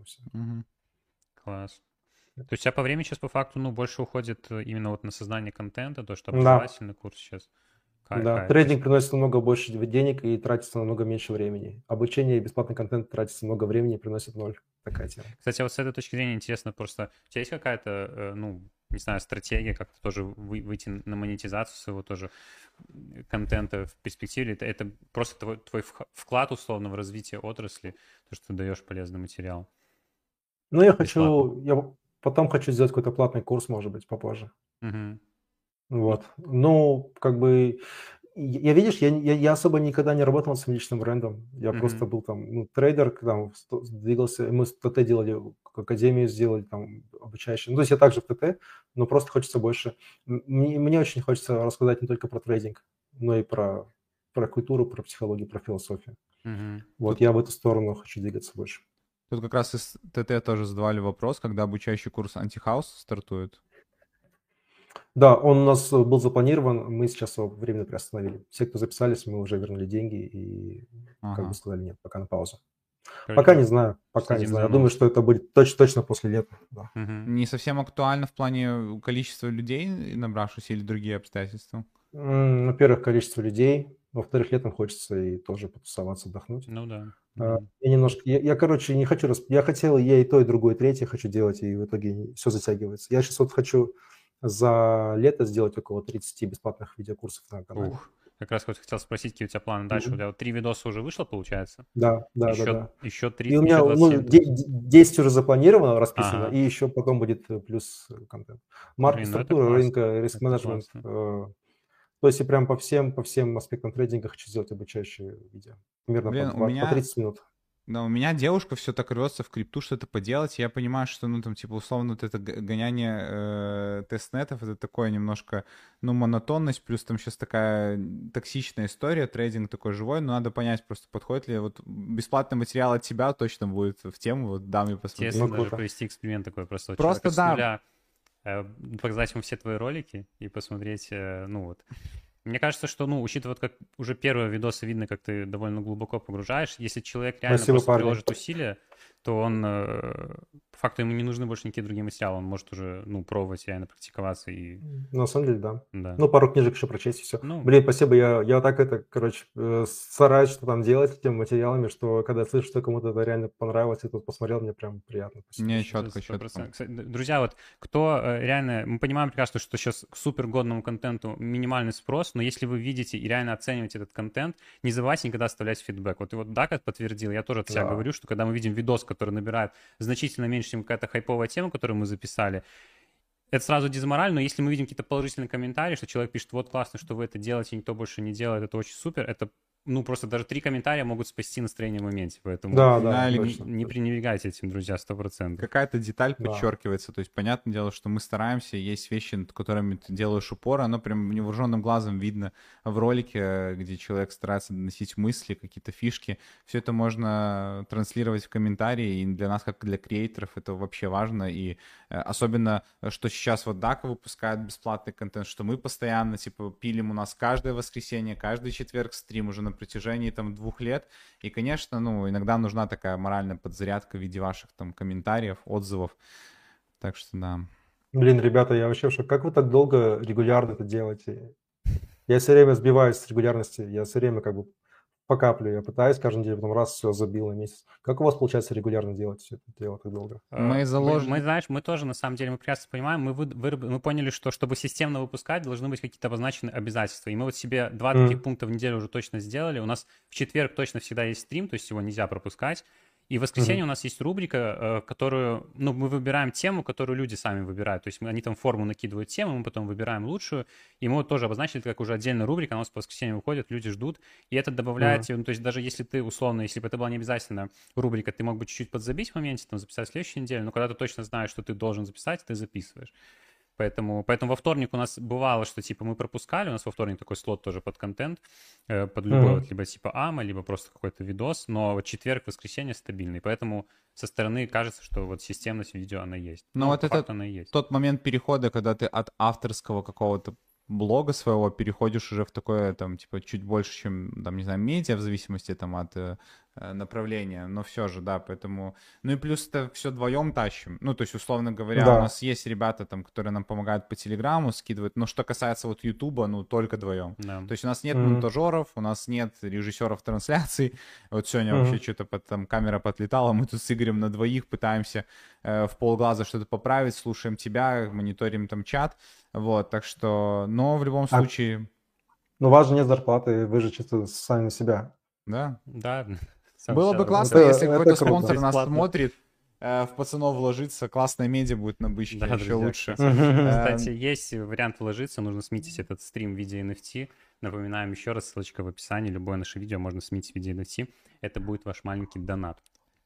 Класс. То есть у тебя по времени сейчас по факту, ну, больше уходит именно вот на создание контента, то, что образовательный курс сейчас. Да, трейдинг приносит намного больше денег и тратится намного меньше времени. Обучение и бесплатный контент тратится много времени и приносит 0. Такая тема. Кстати, вот с этой точки зрения интересно просто, у тебя есть какая-то, ну, не знаю, стратегия, как-то тоже выйти на монетизацию своего тоже контента в перспективе? Это просто твой вклад, условно, в развитие отрасли, то, что ты даешь полезный материал? Ну, я потом хочу сделать какой-то платный курс, может быть, попозже. Вот. Ну, как бы, видишь, я особо никогда не работал с личным брендом. Я просто был там, ну, трейдер, там, двигался, мы с ТТ делали, академию сделали, там, обучающую. Ну, то есть я также в ТТ, но просто хочется больше. Мне очень хочется рассказать не только про трейдинг, но и про культуру, про психологию, про философию. Вот, я в эту сторону хочу двигаться больше. Тут как раз из ТТ тоже задавали вопрос, когда обучающий курс Антихаус стартует. Да, он у нас был запланирован, мы сейчас его временно приостановили. Все, кто записались, мы уже вернули деньги и как бы сказали нет, пока на паузу. Пока не знаю. Я думаю, что это будет точно после лета. Да. Не совсем актуально в плане количества людей, набравшихся, или другие обстоятельства? Во-первых, количество людей. Во-вторых, летом хочется и тоже потусоваться, отдохнуть. Ну да. Я немножко, короче, не хочу, я хотел, я и то, и другое, и третье хочу делать, и в итоге все затягивается. Я сейчас вот хочу за лето сделать около 30 бесплатных видеокурсов на канале. Как раз вот хотел спросить, какие у тебя планы дальше. У тебя вот 3 видоса уже вышло, получается? Да. Еще 30, и у меня 10 уже запланировано, расписано, и еще потом будет плюс контент. Маркет, структура рынка, риск-менеджмент. То есть и прям по всем аспектам трейдинга хочу сделать обучающее видео. Примерно по 30 минут. Да, у меня девушка все так рвется в крипту что-то поделать. Я понимаю, что, ну, там, типа, условно, вот это гоняние тестнетов, это такое немножко, ну, монотонность, плюс там сейчас такая токсичная история, трейдинг такой живой, но надо понять просто, подходит ли. Вот бесплатный материал от тебя точно будет в тему, вот дам и посмотреть. Интересно даже провести эксперимент такой просто. Просто да. С нуля показать ему все твои ролики и посмотреть, ну, вот. Мне кажется, что, ну, учитывая, вот как уже первые видосы видно, как ты довольно глубоко погружаешь, если человек реально приложит усилия, то он, по факту, ему не нужны больше никакие другие материалы, он может уже, ну, пробовать реально практиковаться и... На самом деле, да. Ну, пару книжек еще прочесть и все. Спасибо, я вот так стараюсь что там делать с теми материалами, что когда я слышу, что кому-то это реально понравилось, и тут посмотрел, мне прям приятно. Мне четко. Друзья, вот кто реально... Мы понимаем прекрасно, что сейчас к супергодному контенту минимальный спрос, но если вы видите и реально оцениваете этот контент, не забывайте никогда оставлять фидбэк. Вот и вот Дак подтвердил, я тоже от себя говорю, что когда мы видим видос, который набирает значительно меньше, чем какая-то хайповая тема, которую мы записали, это сразу дезмораль, но если мы видим какие-то положительные комментарии, что человек пишет, вот классно, что вы это делаете, никто больше не делает, это очень супер, это ну, просто даже 3 комментария могут спасти настроение в моменте, поэтому Да, не, точно. не пренебрегайте этим, друзья, 100%. Какая-то деталь Да. подчеркивается, то есть понятное дело, что мы стараемся, есть вещи, над которыми ты делаешь упор, оно прям невооруженным глазом видно в ролике, где человек старается доносить мысли, какие-то фишки, все это можно транслировать в комментарии, и для нас, как для креаторов, это вообще важно, и особенно, что сейчас вот Дака выпускает бесплатный контент, что мы постоянно, типа, пилим у нас каждое воскресенье, каждый четверг стрим уже на протяжении, там, 2 лет, и, конечно, ну, иногда нужна такая моральная подзарядка в виде ваших, там, комментариев, отзывов, так что, да. Блин, ребята, я вообще в шоке. Как вы так долго регулярно это делаете? Я все время сбиваюсь с регулярности, я все время как бы по капле, я пытаюсь каждый день, потом раз, все, забил на месяц. Как у вас получается регулярно делать все это дело так долго? Мы заложили... Мы, знаешь, мы тоже, на самом деле, мы прекрасно понимаем, мы поняли, что чтобы системно выпускать, должны быть какие-то обозначенные обязательства. И мы вот себе 2 таких пункта в неделю уже точно сделали. У нас в четверг точно всегда есть стрим, то есть его нельзя пропускать. И в воскресенье у нас есть рубрика, которую, ну, мы выбираем тему, которую люди сами выбирают. То есть они там в форму накидывают тему, мы потом выбираем лучшую. И мы вот тоже обозначили это как уже отдельная рубрика, она у нас по воскресенью выходит, люди ждут. И это добавляет, ну, то есть даже если ты, условно, если бы это была не обязательно рубрика, ты мог бы чуть-чуть подзабить в моменте, там, записать в следующей неделе, но когда ты точно знаешь, что ты должен записать, ты записываешь. Поэтому во вторник у нас бывало, что типа мы пропускали, у нас во вторник такой слот тоже под контент, под любой вот либо типа АМА, либо просто какой-то видос, но вот четверг, воскресенье стабильный, поэтому со стороны кажется, что вот системность видео, она есть. Но вот это она и есть. тот момент перехода, когда ты от авторского какого-то блога своего переходишь уже в такое, там, типа, чуть больше, чем, там, не знаю, медиа, в зависимости, там, от направления, но все же, да, поэтому... Ну и плюс это все вдвоем тащим, ну, то есть, условно говоря, Да. у нас есть ребята, там, которые нам помогают по Телеграму, скидывают, но что касается вот Ютуба, ну, только вдвоем. Да. То есть у нас нет монтажеров, у нас нет режиссеров трансляций, вот сегодня вообще что-то там камера подлетала, мы тут с Игорем на двоих пытаемся в полглаза что-то поправить, слушаем тебя, мониторим там чат, вот, так что, но в любом случае... Ну, у вас же нет зарплаты, вы же чисто сами на себя. Да. Да. Было бы классно, Это- если это какой-то круто. спонсор нас Бесплатно. смотрит, в пацанов вложиться, классная медиа будет на бычке, Да, еще друзья, лучше. Кстати, есть вариант вложиться, нужно сметить этот стрим в виде NFT. Напоминаем еще раз, ссылочка в описании, любое наше видео можно сметить в виде NFT. Это будет ваш маленький донат.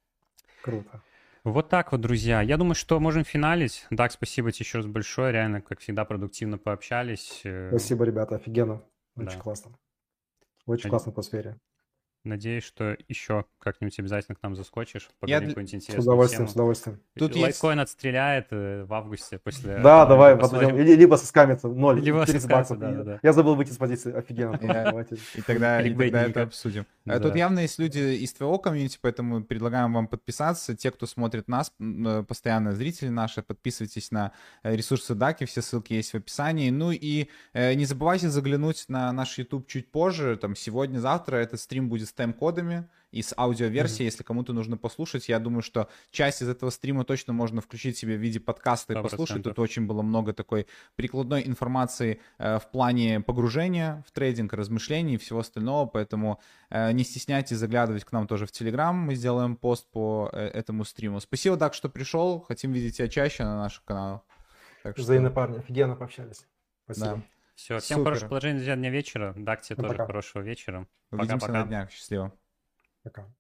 Круто. Вот так вот, друзья. Я думаю, что можем финалить. Дак, спасибо тебе еще раз большое. Реально, как всегда, продуктивно пообщались. Спасибо, ребята, офигенно. Очень Да. классно. Очень классная атмосфера. Надеюсь, что еще как-нибудь обязательно к нам заскочишь, Я поговорим для- какую-нибудь С интересную удовольствием, тему. с удовольствием. Тут есть- Лайткоин отстреляет в августе после... Да, этого давай, посмотрим. посмотрим. Либо соскамится 0, Либо 30 соскамится, баксов. да. Я забыл выйти с позиции. Офигенно. Давайте. И тогда это Кликбейтненько. обсудим. Да. Тут явно есть люди из твоего комьюнити, поэтому предлагаем вам подписаться. Те, кто смотрит нас, постоянно зрители наши, подписывайтесь на ресурсы Даки, все ссылки есть в описании. Ну и не забывайте заглянуть на наш YouTube чуть позже, там сегодня-завтра этот стрим будет с тайм-кодами и с аудиоверсией, если кому-то нужно послушать. Я думаю, что часть из этого стрима точно можно включить себе в виде подкаста и 100%. послушать. Тут очень было много такой прикладной информации в плане погружения в трейдинг, размышлений и всего остального, поэтому не стесняйтесь заглядывать к нам тоже в Телеграм, мы сделаем пост по этому стриму. Спасибо, Дак, что пришел, хотим видеть тебя чаще на наших каналах. Так что... Взаимно, парни. Офигенно пообщались. Спасибо. Да. Все, всем Супер. хорошего продолжения дня вечера. Дак, тебе Ну, тоже пока. хорошего вечера. Увидимся Пока-пока. на днях. Счастливо. Пока.